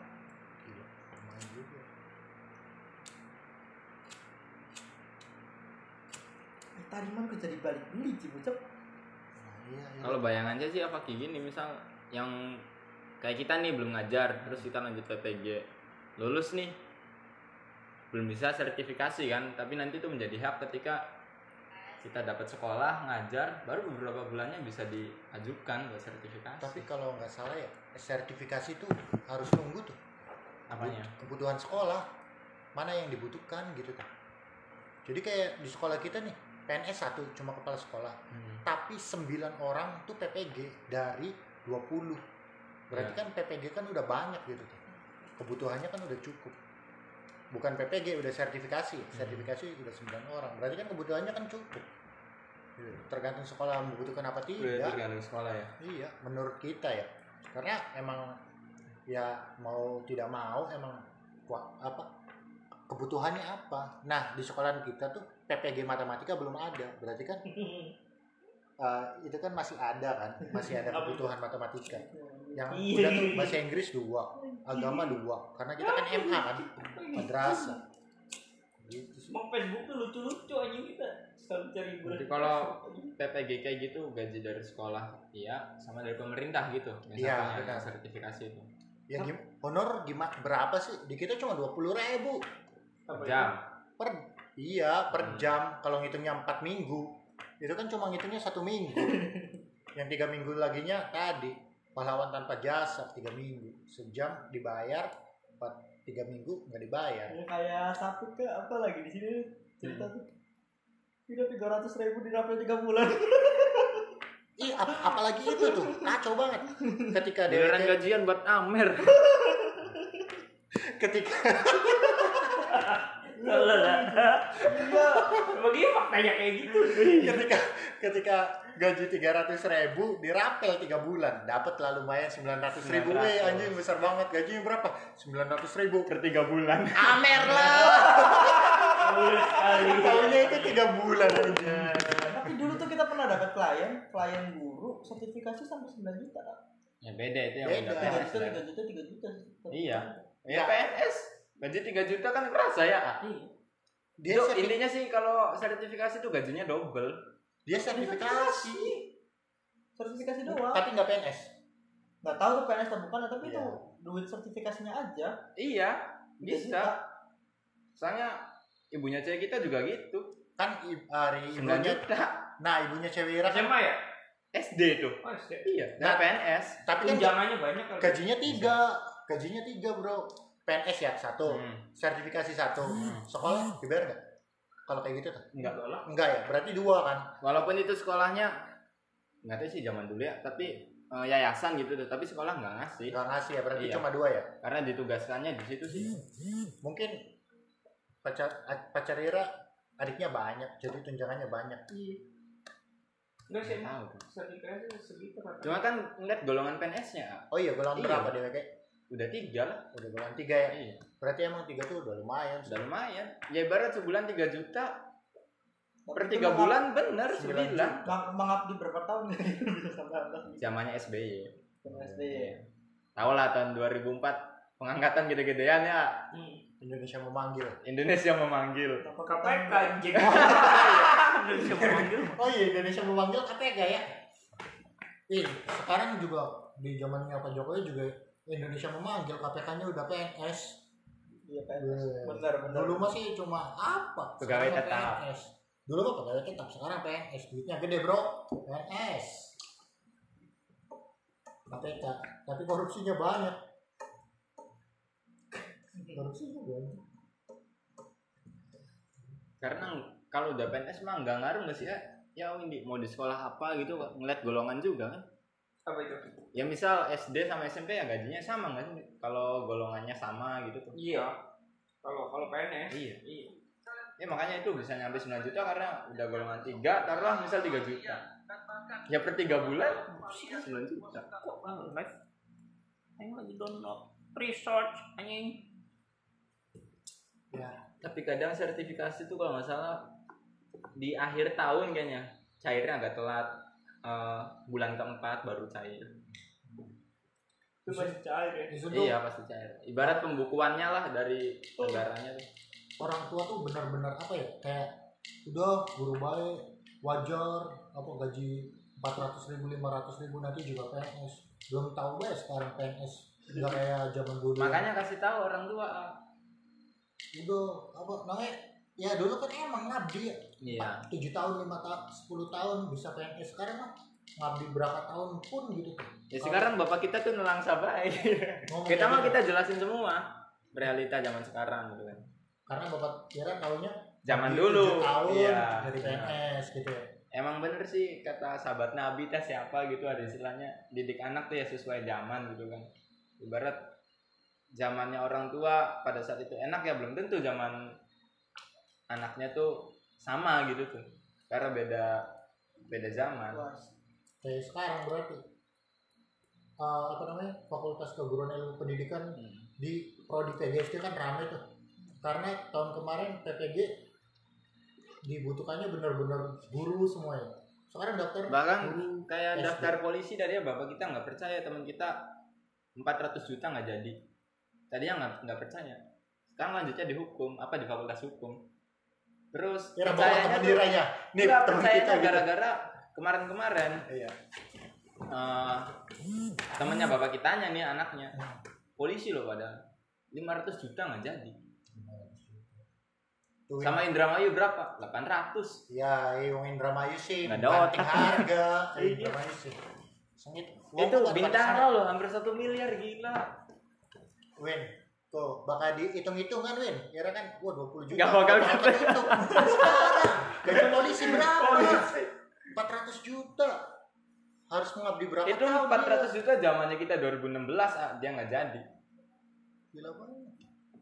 Tadi mah kerja di balik beli sih bocah.
Iya.
Kalau bayangannya sih apa kayak gini, misal yang kayak kita nih belum ngajar, terus kita lanjut PPG, lulus nih, belum bisa sertifikasi kan, tapi nanti itu menjadi hak ketika kita dapat sekolah ngajar, baru beberapa bulannya bisa diajukan buat sertifikasi.
Tapi kalau nggak salah ya, sertifikasi itu harus nunggu tuh.
Apanya?
Kebutuhan sekolah, mana yang dibutuhkan gitu kan. Jadi kayak di sekolah kita nih, PNS 1 cuma kepala sekolah, tapi 9 orang tuh PPG dari 20. Berarti kan PPG kan udah banyak gitu tuh. Kebutuhannya kan udah cukup. Bukan PPG, udah sertifikasi. Sertifikasi udah 9 orang. Berarti kan kebutuhannya kan cukup. Tergantung sekolah membutuhkan apa tidak.
Tergantung sekolah ya.
Iya, menurut kita ya. Karena emang ya mau tidak mau emang kebutuhannya apa. Nah, di sekolahan kita tuh PPG matematika belum ada. Berarti kan itu kan masih ada kan, masih ada kebutuhan matematika. Yang udah tuh bahasa Inggris 2, agama 2. Karena kita kan MA kan, madrasah. Gitu sih.
Emang Facebook tuh lucu-lucu aja kita selalu cari hiburan.
Jadi kalau PPG kayak gitu gaji dari sekolah iya, sama dari pemerintah gitu.
Iya, benar.
Sertifikasi itu.
Ya honor gimana berapa sih? Di kita cuma 20.000
per jam.
Per jam. Kalau ngitungnya 4 minggu, itu kan cuma ngitungnya 1 minggu. Yang 3 minggu laginya tadi pahlawan tanpa jasa 3 minggu, sejam dibayar, 3 minggu nggak dibayar.
Kayak satu ke apa lagi di sini cerita tuh. Udah 300.000 dirapain 3 bulan.
Apalagi itu tuh kacau banget. Ketika
DWT gajian buat Amer.
ketika
Bagi faktanya kayak gitu.
ketika gaji 300.000 dirapel 3 bulan, dapat lah lumayan 900.000. Anjing besar banget, gajinya berapa? 900.000
per 3 bulan.
Amer lah. Tahunya itu 3 bulan aja.
Tapi dulu tuh kita pernah dapat klien guru sertifikasi sampai 9 juta.
Ya beda itu yang
beda.
3 juta.
Iya. Ya PNS gaji 3 juta kan kerasa ya.
Dia
intinya sih kalau sertifikasi tuh gajinya double.
Dia sertifikasi
doang.
Tapi nggak PNS.
Nggak tahu tuh PNS atau bukan, tapi itu duit sertifikasinya aja.
Iya, bisa. Soalnya ibunya cewek kita juga gitu.
Kan
ibunya juta.
Nah, ibunya cewek Ira kan
SMA ya?
SD tuh.
Oh, SD.
Iya, nah PNS.
Tapi kan
tunjangannya banyak kali.
Gajinya 3, Bro. PNS ya 1, sertifikasi 1, sekolah dibayar nggak? Kalau kayak gitu tuh? Enggak ya, berarti 2 kan?
Walaupun itu sekolahnya nggak tahu sih zaman dulu ya, tapi yayasan gitu tuh, tapi sekolah nggak ngasih.
Nggak ngasih ya, berarti
iya.
Cuma 2 ya?
Karena ditugaskannya di situ sih.
Mungkin pacar Ira adiknya banyak, jadi tunjangannya banyak.
Nggak sih, sertifikasi segitu.
Cuma kan ngeliat golongan PNS-nya.
Oh iya, golongan berapa dia kayak?
Udah 3 lah.
Udah golongan 3 ya?
Iya.
Berarti emang 3 tuh udah lumayan.
Udah lumayan. Ya ibarat sebulan 3 juta. Per 3 bulan bener 9.
Mengabdi berapa tahun bisa sampai
Zamannya SBY.
SBY.
Tahu lah tahun 2004 pengangkatan gede-gedean ya.
Indonesia memanggil.
KPK anjing. Indonesia memanggil.
Oh iya, Indonesia memanggil KPK ya. Sekarang juga di zamannya Pak Jokowi juga Indonesia memanggil, KPK-nya udah PNS.
Iya PNS. Benar.
Dulu masih cuma apa?
Pegawai tetap.
PNS. Dulu mah pegawai tetap, sekarang PNS. Duitnya gede, Bro. PNS. KPK, tapi korupsinya banyak.
Karena kalau udah PNS mah nggak ngaruh nggak sih ya? Ya ini mau di sekolah apa gitu ngeliat golongan juga kan?
Apa itu?
Ya misal SD sama SMP ya gajinya sama nggak sih? Kalau golongannya sama gitu tuh.
Iya. Kalau PNS.
Iya. Ya makanya itu bisa nyampe 9 juta karena udah golongan 3, taruhlah misal 3 juta. Ya per 3 bulan 9 juta.
Kok live? Ayo lagi download research anjing.
Ya,
tapi kadang sertifikasi tuh kalau nggak salah di akhir tahun kayaknya cairnya agak telat. Bulan keempat baru cair.
Itu masih cair ya?
Iya pasti cair. Ibarat pembukuannya lah dari negaranya tuh.
Orang tua tuh benar-benar apa ya? Kayak udah guru baik, wajar, apa gaji 400.000, 500.000 nanti juga PNS. Belum tahu gue sekarang PNS nggak kayak zaman dulu.
Makanya kasih tahu orang tua.
Udah apa namanya? Ya dulu kan emang ngabdi ya.
Iya.
7 tahun, 5 tahun, 10 tahun bisa PNS. Sekarang mah ngabdi berapa tahun pun gitu.
Ya sekarang bapak kita tuh nelangsa baik. Kita mah kita jelasin semua realita zaman sekarang gitu kan.
Karena bapak kira taunya
zaman dulu.
7 tahun
iya.
dari PNS gitu ya.
Emang bener sih kata sahabat Nabi teh siapa gitu ada istilahnya didik anak tuh ya sesuai zaman gitu kan. Ibarat zamannya orang tua pada saat itu enak ya belum tentu zaman anaknya tuh sama gitu tuh karena beda zaman.
Kayak sekarang berarti apa namanya Fakultas Keguruan Ilmu Pendidikan di prodi PGSD kan ramai tuh karena tahun kemarin PPG dibutuhkannya benar-benar guru semuanya. Sekarang daftar
bahkan
guru
kayak
SD.
daftar polisi dari bapak kita nggak percaya, teman kita 400 juta nggak jadi. Tadinya nggak percaya. Sekarang lanjutnya di hukum, apa di fakultas hukum. Terus
Ya,
percayanya tuh
nih
nggak
teman
percayanya
kita gitu.
gara-gara kemarin-kemarin.
Iya.
Temennya bapak kitanya nih anaknya polisi loh padahal 500 juta nggak jadi.
Tuh,
Sama Indramayu berapa? 800.
Ya, Wong Indramayu sih
Nggak ada
banting
otak.
harga.
Iya.
Indramayu sih. Sengit.
Itu Bintara loh hampir 1 miliar gila.
Win, tuh bakal dihitung-hitung kan Win? Kira kan, wah 20 juta.
Nggak bakal
kehitung. Sekarang gaji polisi berapa? 400 juta. Harus mengabdi berapa
Itu
tahun?
400 juta zamannya kita 2016 dia nggak jadi.
Gila banget.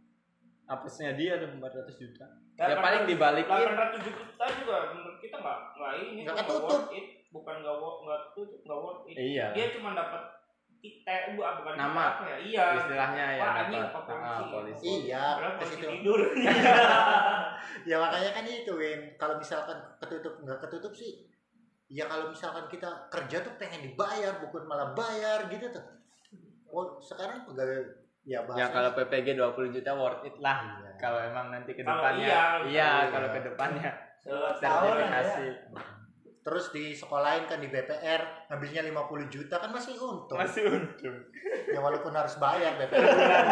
Apesnya dia tuh 400 juta. Ya paling dibalikin
800 juta juga menurut kita nggak ini
nggak ketutup.
Bukan nggak worth it.
Iya.
Dia cuma dapat bukan
nama
apa ya? Iya.
Istilahnya ya
dapat
polisi. Iya, ke situ.
Tidur.
Ya makanya kan itu Win, kalau misalkan nggak ketutup sih. Ya kalau misalkan kita kerja tuh pengen dibayar, bukan malah bayar gitu tuh. Oh, sekarang pegawai ya
kalau PPG 20 juta worth it lah. Iya. Kalau emang nanti ke depannya. Kalau ke depannya sertifikasi.
Terus di sekolahin kan di BPR ngambilnya 50 juta kan masih untung. Ya walaupun harus bayar BPR.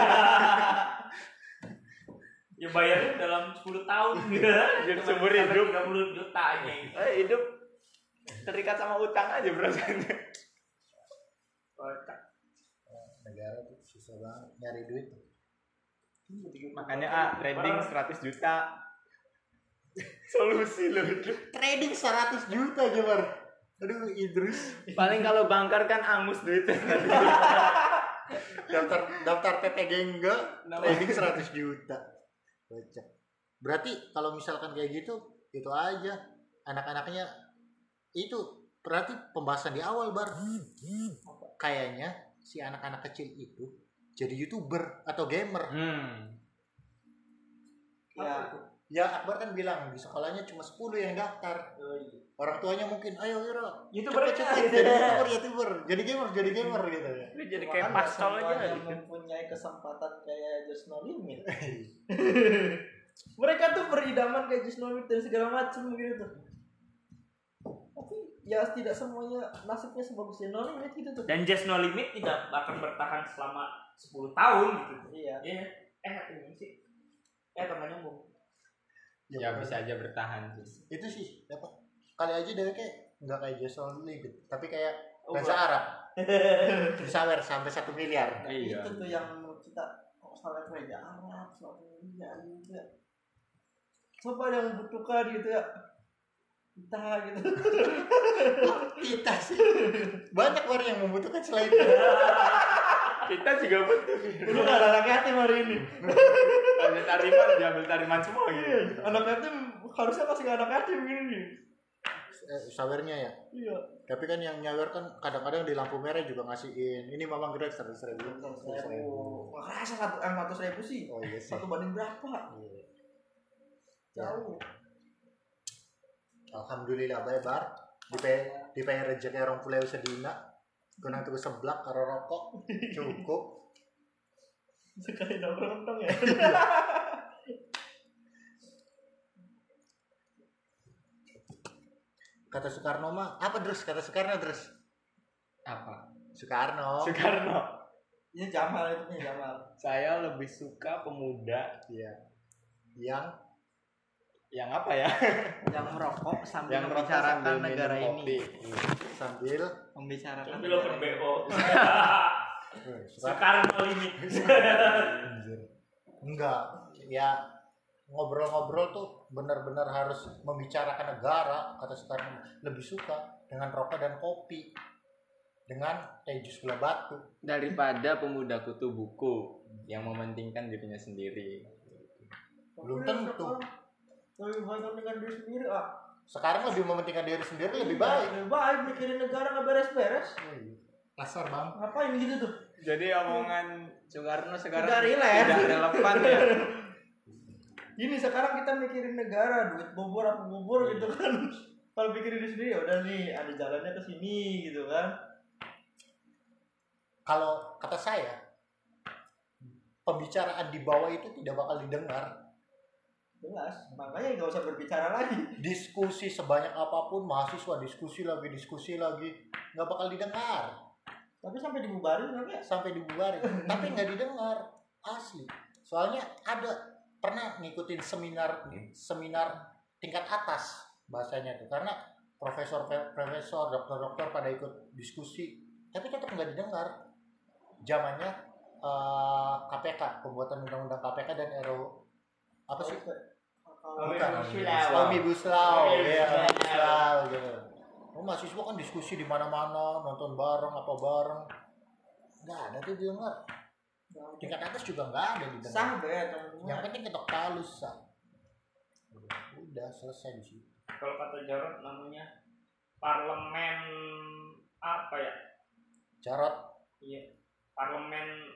Ya bayarnya dalam 10 tahun gitu.
Jadi seumur hidup
30 juta aja.
Hidup terikat sama utang aja rasanya.
Negara tuh susah banget nyari duit.
Makanya trading 100 juta. Solusi loh itu.
Trading 100 juta aja, Bar. Aduh, Idrus.
Paling kalau bangkar kan angus duitnya.
daftar PPG enggak, trading 100 juta. Bocah. Berarti kalau misalkan kayak gitu, itu aja. Anak-anaknya itu berarti pembahasan di awal, Bar. Kayaknya si anak-anak kecil itu jadi YouTuber atau gamer. Ya Akbar kan bilang di sekolahnya cuma 10 yang daftar. Orang tuanya mungkin ayo
YouTuber
cepet jadi YouTuber, jadi gamer gitu ya.
Jadi kayak pastol aja
gitu. Mempunyai kesempatan kayak Just No Limit. Mereka tuh beridaman kayak Just No Limit dan segala macam gitu tuh. Tapi ya tidak semuanya nasibnya sebagus No Limit gitu tuh.
Dan Just No Limit tidak akan bertahan selama 10 tahun gitu.
Iya.
Ini sih. Temannya nyambung.
Ya bisa aja bertahan sih.
Itu sih dapat. Kali aja dari kayak nggak kayak Just No Limit, tapi kayak bahasa Arab. Disawer sampai 1 miliar.
Iya. Itu tuh yang kita salah kerja Arab, Indonesia juga. Coba yang membutuhkan gitu ya. Kita gitu. Kita sih. Banyak orang yang membutuhkan selain itu.
Kita juga butuh.
Lu gak ada anak yatim hari ini.
Ambil tariman, diambil tariman semua gitu.
Anak yatim harusnya kasih ke anak yatim gini nih.
Sawernya ya?
Iya.
Tapi kan yang nyawer kan kadang-kadang di lampu merah juga ngasihin. Ini Mamang Greg 100.000.
Nggak kerasa 100.000 sih.
Oh iya sih.
1 banding berapa?
Iya.
Jauh.
Alhamdulillah bae Bar. Dipae rezeki orang pulau sedina. Kunang tuh seblak karo rokok cukup.
Sekali nongkrong dong ya.
Kata Soekarno mah apa terus? Kata Soekarno terus
apa?
Soekarno.
Ini Jamal itu punya Jamal.
Saya lebih suka pemuda yang apa ya?
Yang merokok sambil
yang
membicarakan negara ini.
Sambil
membicarakan.
Sambil open BO.
Soekarno Limit.
Enggak, ya ngobrol-ngobrol tuh benar-benar harus membicarakan negara. Kata Soekarno lebih suka dengan rokok dan kopi dengan teh jus gula batu
daripada pemuda kutu buku yang mementingkan dirinya sendiri.
Belum tentu.
Lebih baik dengan diri sendiri
Sekarang lebih mementingkan diri sendiri lebih baik.
Lebih baik mikirin negara nggak beres-beres.
Kasar bang.
Ngapain gitu tuh?
Jadi omongan Soekarno sekarang
tidak
relevan ya.
Ini sekarang kita mikirin negara, duit bobor apa bobor gitu kan. Kalau pikirin diri sendiri ya udah nih ada jalannya ke sini gitu kan. Kalau kata saya pembicaraan di bawah itu tidak bakal didengar.
Jelas, makanya nggak usah berbicara lagi.
Diskusi sebanyak apapun, mahasiswa diskusi lagi, nggak bakal didengar.
Tapi sampai dibubarin nggak?
Sampai dibubarin, tapi nggak didengar, asli. Soalnya ada pernah ngikutin seminar tingkat atas bahasanya tuh, karena profesor, dokter pada ikut diskusi, tapi tetap nggak didengar. Zamannya KPK, pembuatan undang-undang KPK dan RUU apa sih? Omnibus Law, ya Omnibus Law gitu. Mahasiswa kan diskusi di mana-mana, nonton bareng apa bareng, nggak ada tuh didengar. Tingkat atas juga nggak ada di dalam.
Sah deh.
Yang penting ketok palu sah. Udah selesai di situ.
Kalau kata Jarot namanya parlemen apa ya?
Jarot.
Iya. Parlemen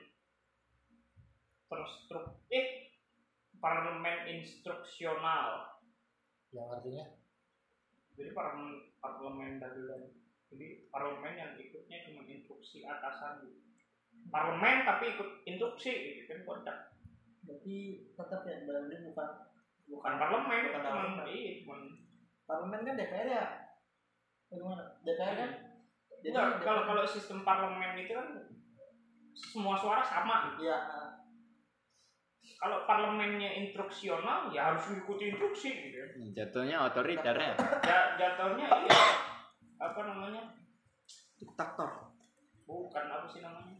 parlemen instruksional.
Yang artinya?
Jadi parlemen dagelan. Jadi parlemen yang ikutnya cuma instruksi atasan. Parlemen tapi ikut instruksi gitu kan kocak.
Jadi tetap ya berarti
bukan parlemen, cuman
parlemen kan DPR ya. Bagaimana? DPR kan?
Jadi kalau sistem parlemen itu kan semua suara sama.
Iya.
Kalau parlemennya instruksional ya harus mengikuti instruksi gitu.
Jatuhnya otoriter ya.
Jatuhnya iya. Apa namanya?
Diktator.
Bukan apa sih namanya?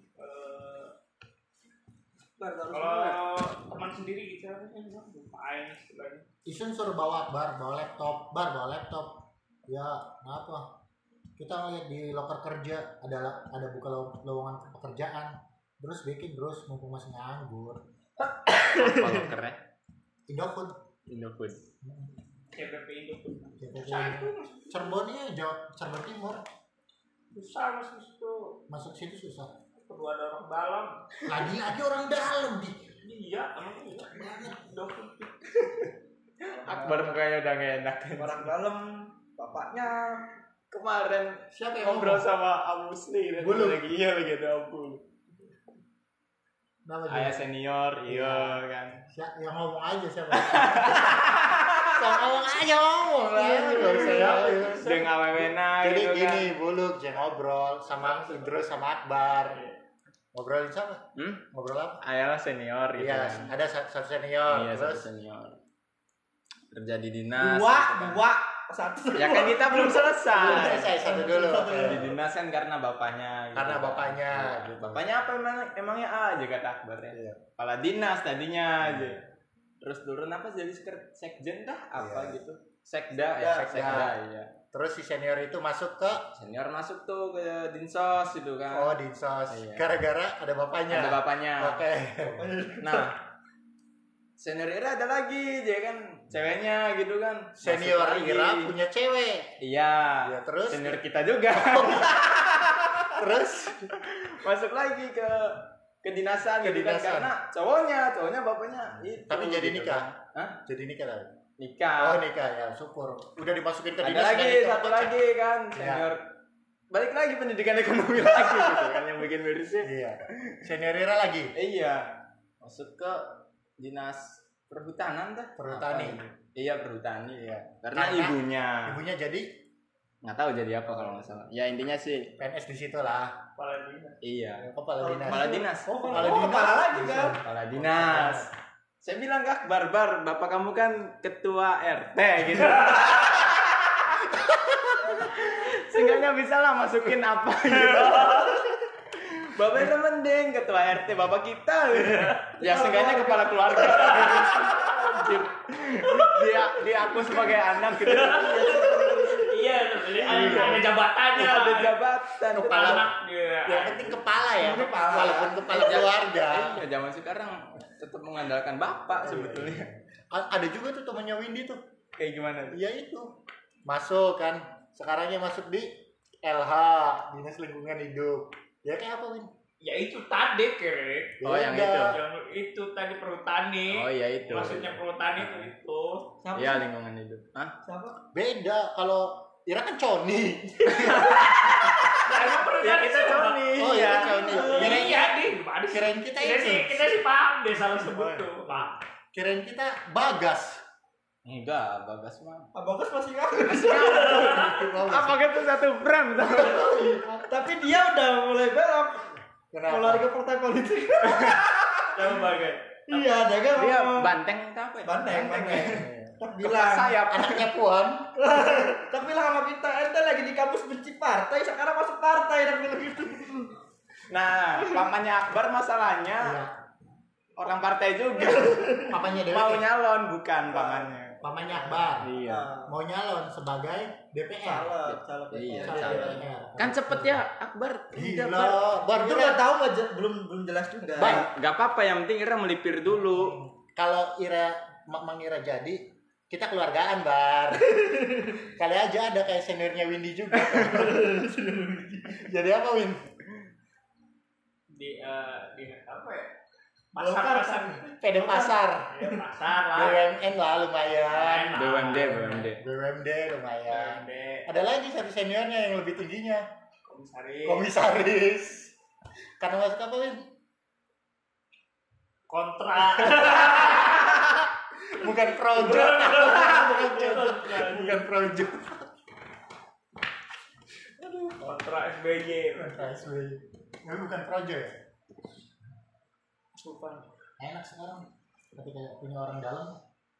Kalau
teman sendiri gitu kan lupain istilahnya.
Isun suruh bawa laptop. Ya, kenapa? Kita ngeliat di loker kerja ada buka lowongan pekerjaan. Terus bikin mumpung masih nganggur.
Apa lokernya?
Indofood.
CPP Indofood.
Cirebonnya Cirebon Timur.
Susah
Masuk situ susah.
Perlu ada orang dalam.
Lagi orang dalam di.
Iya, emang iya banget. Indofood.
Akbar mukanya udah gak enak.
orang dalam bapaknya
Kemarin
Siapa yang
ngobrol
ngomong?
sama Abu Sli
Belum.
lagi ada Abu.
Nama
Ayah
dia?
senior, iya kan.
Yang ngomong aja siapa? Ngomong aja ngomong lah.
Dia ngawewena
Jadi
gitu
gini,
kan.
Buluk jangan ngobrol sama Idrus sama Akbar. Ngobrolin siapa? Ngobrol apa?
Ayah senior gitu
Iya,
kan.
ada satu senior.
Iya,
Terus
satu senior. Kerja di dinas.
satu.
Ya kan kita belum selesai.
selesai satu dulu.
Di dinas kan karena bapaknya. Gitu.
Karena bapaknya.
Gitu. Bapaknya apa emangnya aja kata Akbar ya.
Iya.
Kepala dinas tadinya aja. Terus turun apa jadi sekjen dah apa
Iya.
gitu. Sekda ya, sekda iya.
Terus si senior itu masuk ke
Senior masuk tuh ke dinsos gitu kan.
Oh, dinsos.
Iya.
Gara-gara ada bapaknya.
Ada bapaknya.
Oke.
Nah, senior Ira ada lagi, dia kan ceweknya gitu kan.
Senior
Masuk lagi.
Ira punya cewek.
Iya.
Ya, terus?
Senior kita juga.
Terus
Masuk lagi ke kedinasan
Ke
gitu kan
dinasan.
karena cowoknya bapaknya itu.
tapi jadi
gitu
nikah.
kan. Hah?
Jadi nikah tadi.
Nikah.
Oh, nikah ya, syukur. Udah dimasukin ke
Ada
dinas
lagi
dan itu
satu
kocak.
lagi kan senior. Balik lagi pendidikan ekonomi lagi gitu kan yang bikin mirisnya.
Iya. Senior Ira lagi.
Iya. Masuk ke dinas perhutanan dah.
Perhutani.
Apa itu? Iya perhutani ya. Karena
Ibunya jadi
nggak tahu jadi apa kalau nggak salah. Ya intinya sih.
PNS di situ lah.
Kepala dinas.
Iya.
Kepala dinas.
Kepala dinas.
Oh, kepala dinas.
Kepala lagi kan.
Kepala dinas. Saya bilang kak Barbar, bapak kamu kan ketua RT gitu. Seenggaknya bisa lah masukin apa gitu. Bapak itu mending ketua RT bapak kita. Ya seenggaknya kepala keluarga. Anjir. Dia aku sebagai anak gitu.
Iya, ada jabatannya.
Ada jabatan.
Kepala.
Anak ya.
Yang penting kepala ya.
Kepala.
Walaupun kepala keluarga.
Ya zaman sekarang tetap mengandalkan bapak sebetulnya.
Ada juga tuh temannya Windy tuh.
Kayak gimana?
Iya itu. Masuk kan. Sekarangnya masuk di LH, Dinas Lingkungan Hidup. Ya kayak apa, Win?
Ya itu tadi kere.
Oh yang
Beda.
itu.
Yang itu tadi perhutani.
Oh iya itu.
Maksudnya perhutani itu.
Siapa
Iya
sih?
lingkungan hidup. Hah?
Siapa?
Beda. Kalau Ira kan Coni.
Ya kita Coni.
Oh iya Coni.
Iya nih, gimana sih?
Kirain kita
Kita
itu.
sih paham deh salah sebut tuh, Pak.
Kirain kita Bagas.
Enggak, Bagas mah.
Bagus masih kan.
Apa gitu satu brand tau?
Tapi dia udah mulai belok.
Kenapa?
Olahraga partai politik.
Yang bagai.
Iya, dia kan
Dia
ngomong.
banteng atau apa ya?
Banteng.
Kepala
Bilang,
sayap anaknya Puan.
tak bilang sama kita, ente lagi di kampus benci partai, sekarang masuk partai dan bilang gitu.
Nah, pamannya Akbar masalahnya
Iya.
orang partai juga.
Papanya Dewi.
Mau nyalon bukan pamannya.
pamannya Akbar.
Iya.
Mau nyalon sebagai DPR.
Calon
Iya,
DPR.
Kan cepet ya Akbar.
Gila, Bar
Itu nggak tahu belum jelas juga.
Gak apa-apa, yang penting Ira melipir dulu.
Kalau Mang Ira jadi, kita keluargaan, Bar. Kali aja ada kayak seniornya Windy juga. Jadi apa, Win?
Di apa ya? Pasar.
PD pasar.
Ya, pasar lah.
BUMN lah lumayan.
BUMD.
BUMD lumayan. Ada lagi satu seniornya yang lebih tingginya. Komisaris. Karena masuk apa, Win?
Kontrak.
Bukan projo. Bukan projo.
Kontrak SBY.
Bukan projo ya?
Bukan.
Enak sekarang ketika punya orang dalam.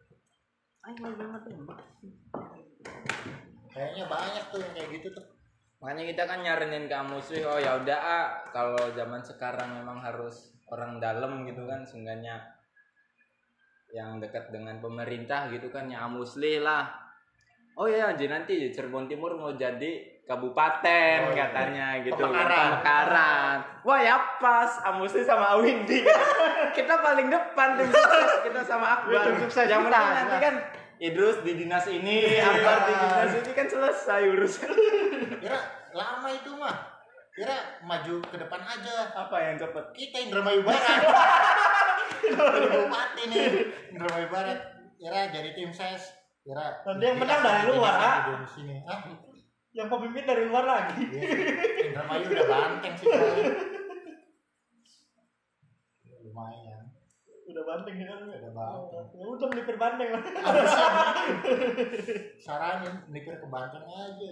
Kayaknya banyak tuh yang kayak gitu tuh.
Makanya kita kan nyaranin kamu sih, oh ya udah kalau zaman sekarang memang harus orang dalam gitu kan, seenggaknya yang dekat dengan pemerintah gitu kan, ya Amusli lah. Oh ya, jadi nanti Cirebon Timur mau jadi kabupaten katanya gitu. Pemekaran. Wah ya pas, Amusli sama Awindi. Kita paling depan tim sukses, kita sama Akbar. Yang penting nanti kan Idrus di dinas ini, Akbar di dinas ini kan selesai urusan.
Kira lama itu mah. Kira maju ke depan aja.
Apa yang cepet?
Kita Indramayu Barat. Jadi bupati nih, Indramayu Barat. Kira jadi tim ses. Kira
nanti yang menang dari luar,
di sini.
Yang pemimpin dari luar lagi.
Indramayu udah banteng sih. Lumayan.
Udah banteng kan?
Udah banteng.
Ya udah melipir banteng lah.
Saranin melipir ke Banteng aja.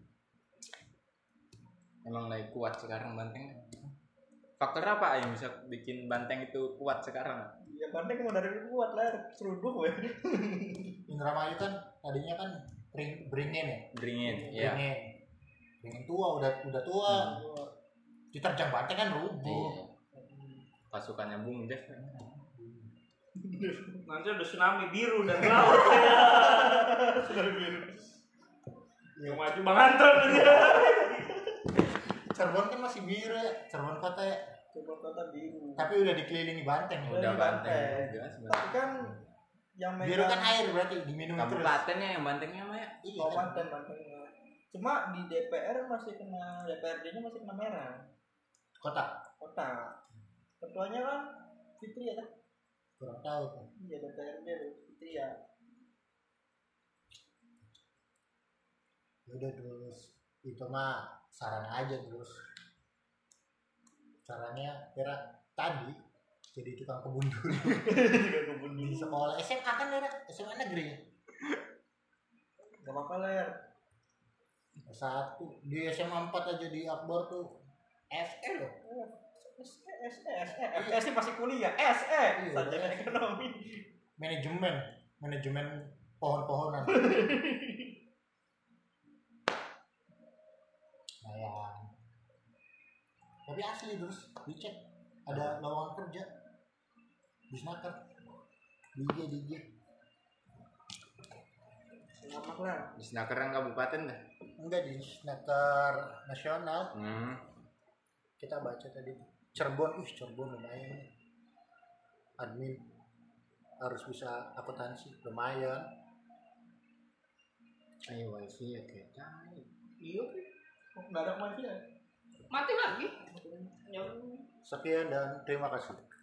Emang lagi kuat sekarang Banteng. Faktor apa yang bisa bikin Banteng itu kuat sekarang?
Ya Banteng mau dari kuat lah, seruduk weh.
Indramayu kan tadinya kan beringin ya.
Beringin, iya.
Beringin tua, udah tua. Diterjang Banteng kan rubuh.
Iya. Pasukannya Bung Dev.
Nanti ada tsunami biru dan laut. Tsunami biru.
Ya.
Maju Bang Anton.
Cirebon kan masih biru ya, Cirebon kota ya.
Cirebon kota biru.
Tapi udah dikelilingi Banteng ya.
Udah Banteng.
Tapi kan yang
biru kan air berarti diminum terus.
Kabupatennya yang Bantengnya mah ya.
Iya.
Bantengnya. Cuma di DPR masih kena, DPRD-nya masih kena merah.
Kota.
Ketuanya kan Fitri ya kan?
Kurang tahu tuh.
Iya DPRD Fitri ya.
Udah terus itu mah saran aja terus. Caranya kira tadi jadi tukang kebun dulu. Di sekolah SMA kan ada SMA negeri.
Gak apa-apa Ler.
Satu di SMA 4 aja di Akbar tuh SE loh.
SE masih kuliah. SE sarjana ekonomi.
Manajemen pohon-pohonan. Sayang. Tapi asli terus dicek ada lowongan kerja di Snaker di IG.
Selamat lah.
Di Snakeran kabupaten dah.
Enggak di Snaker nasional. Kita baca tadi Cirebon lumayan. Admin harus bisa akuntansi lumayan.
Ayo wifi ya kita.
Iya. Nggak ada wifi ya.
Mati lagi.
Sekian dan terima kasih.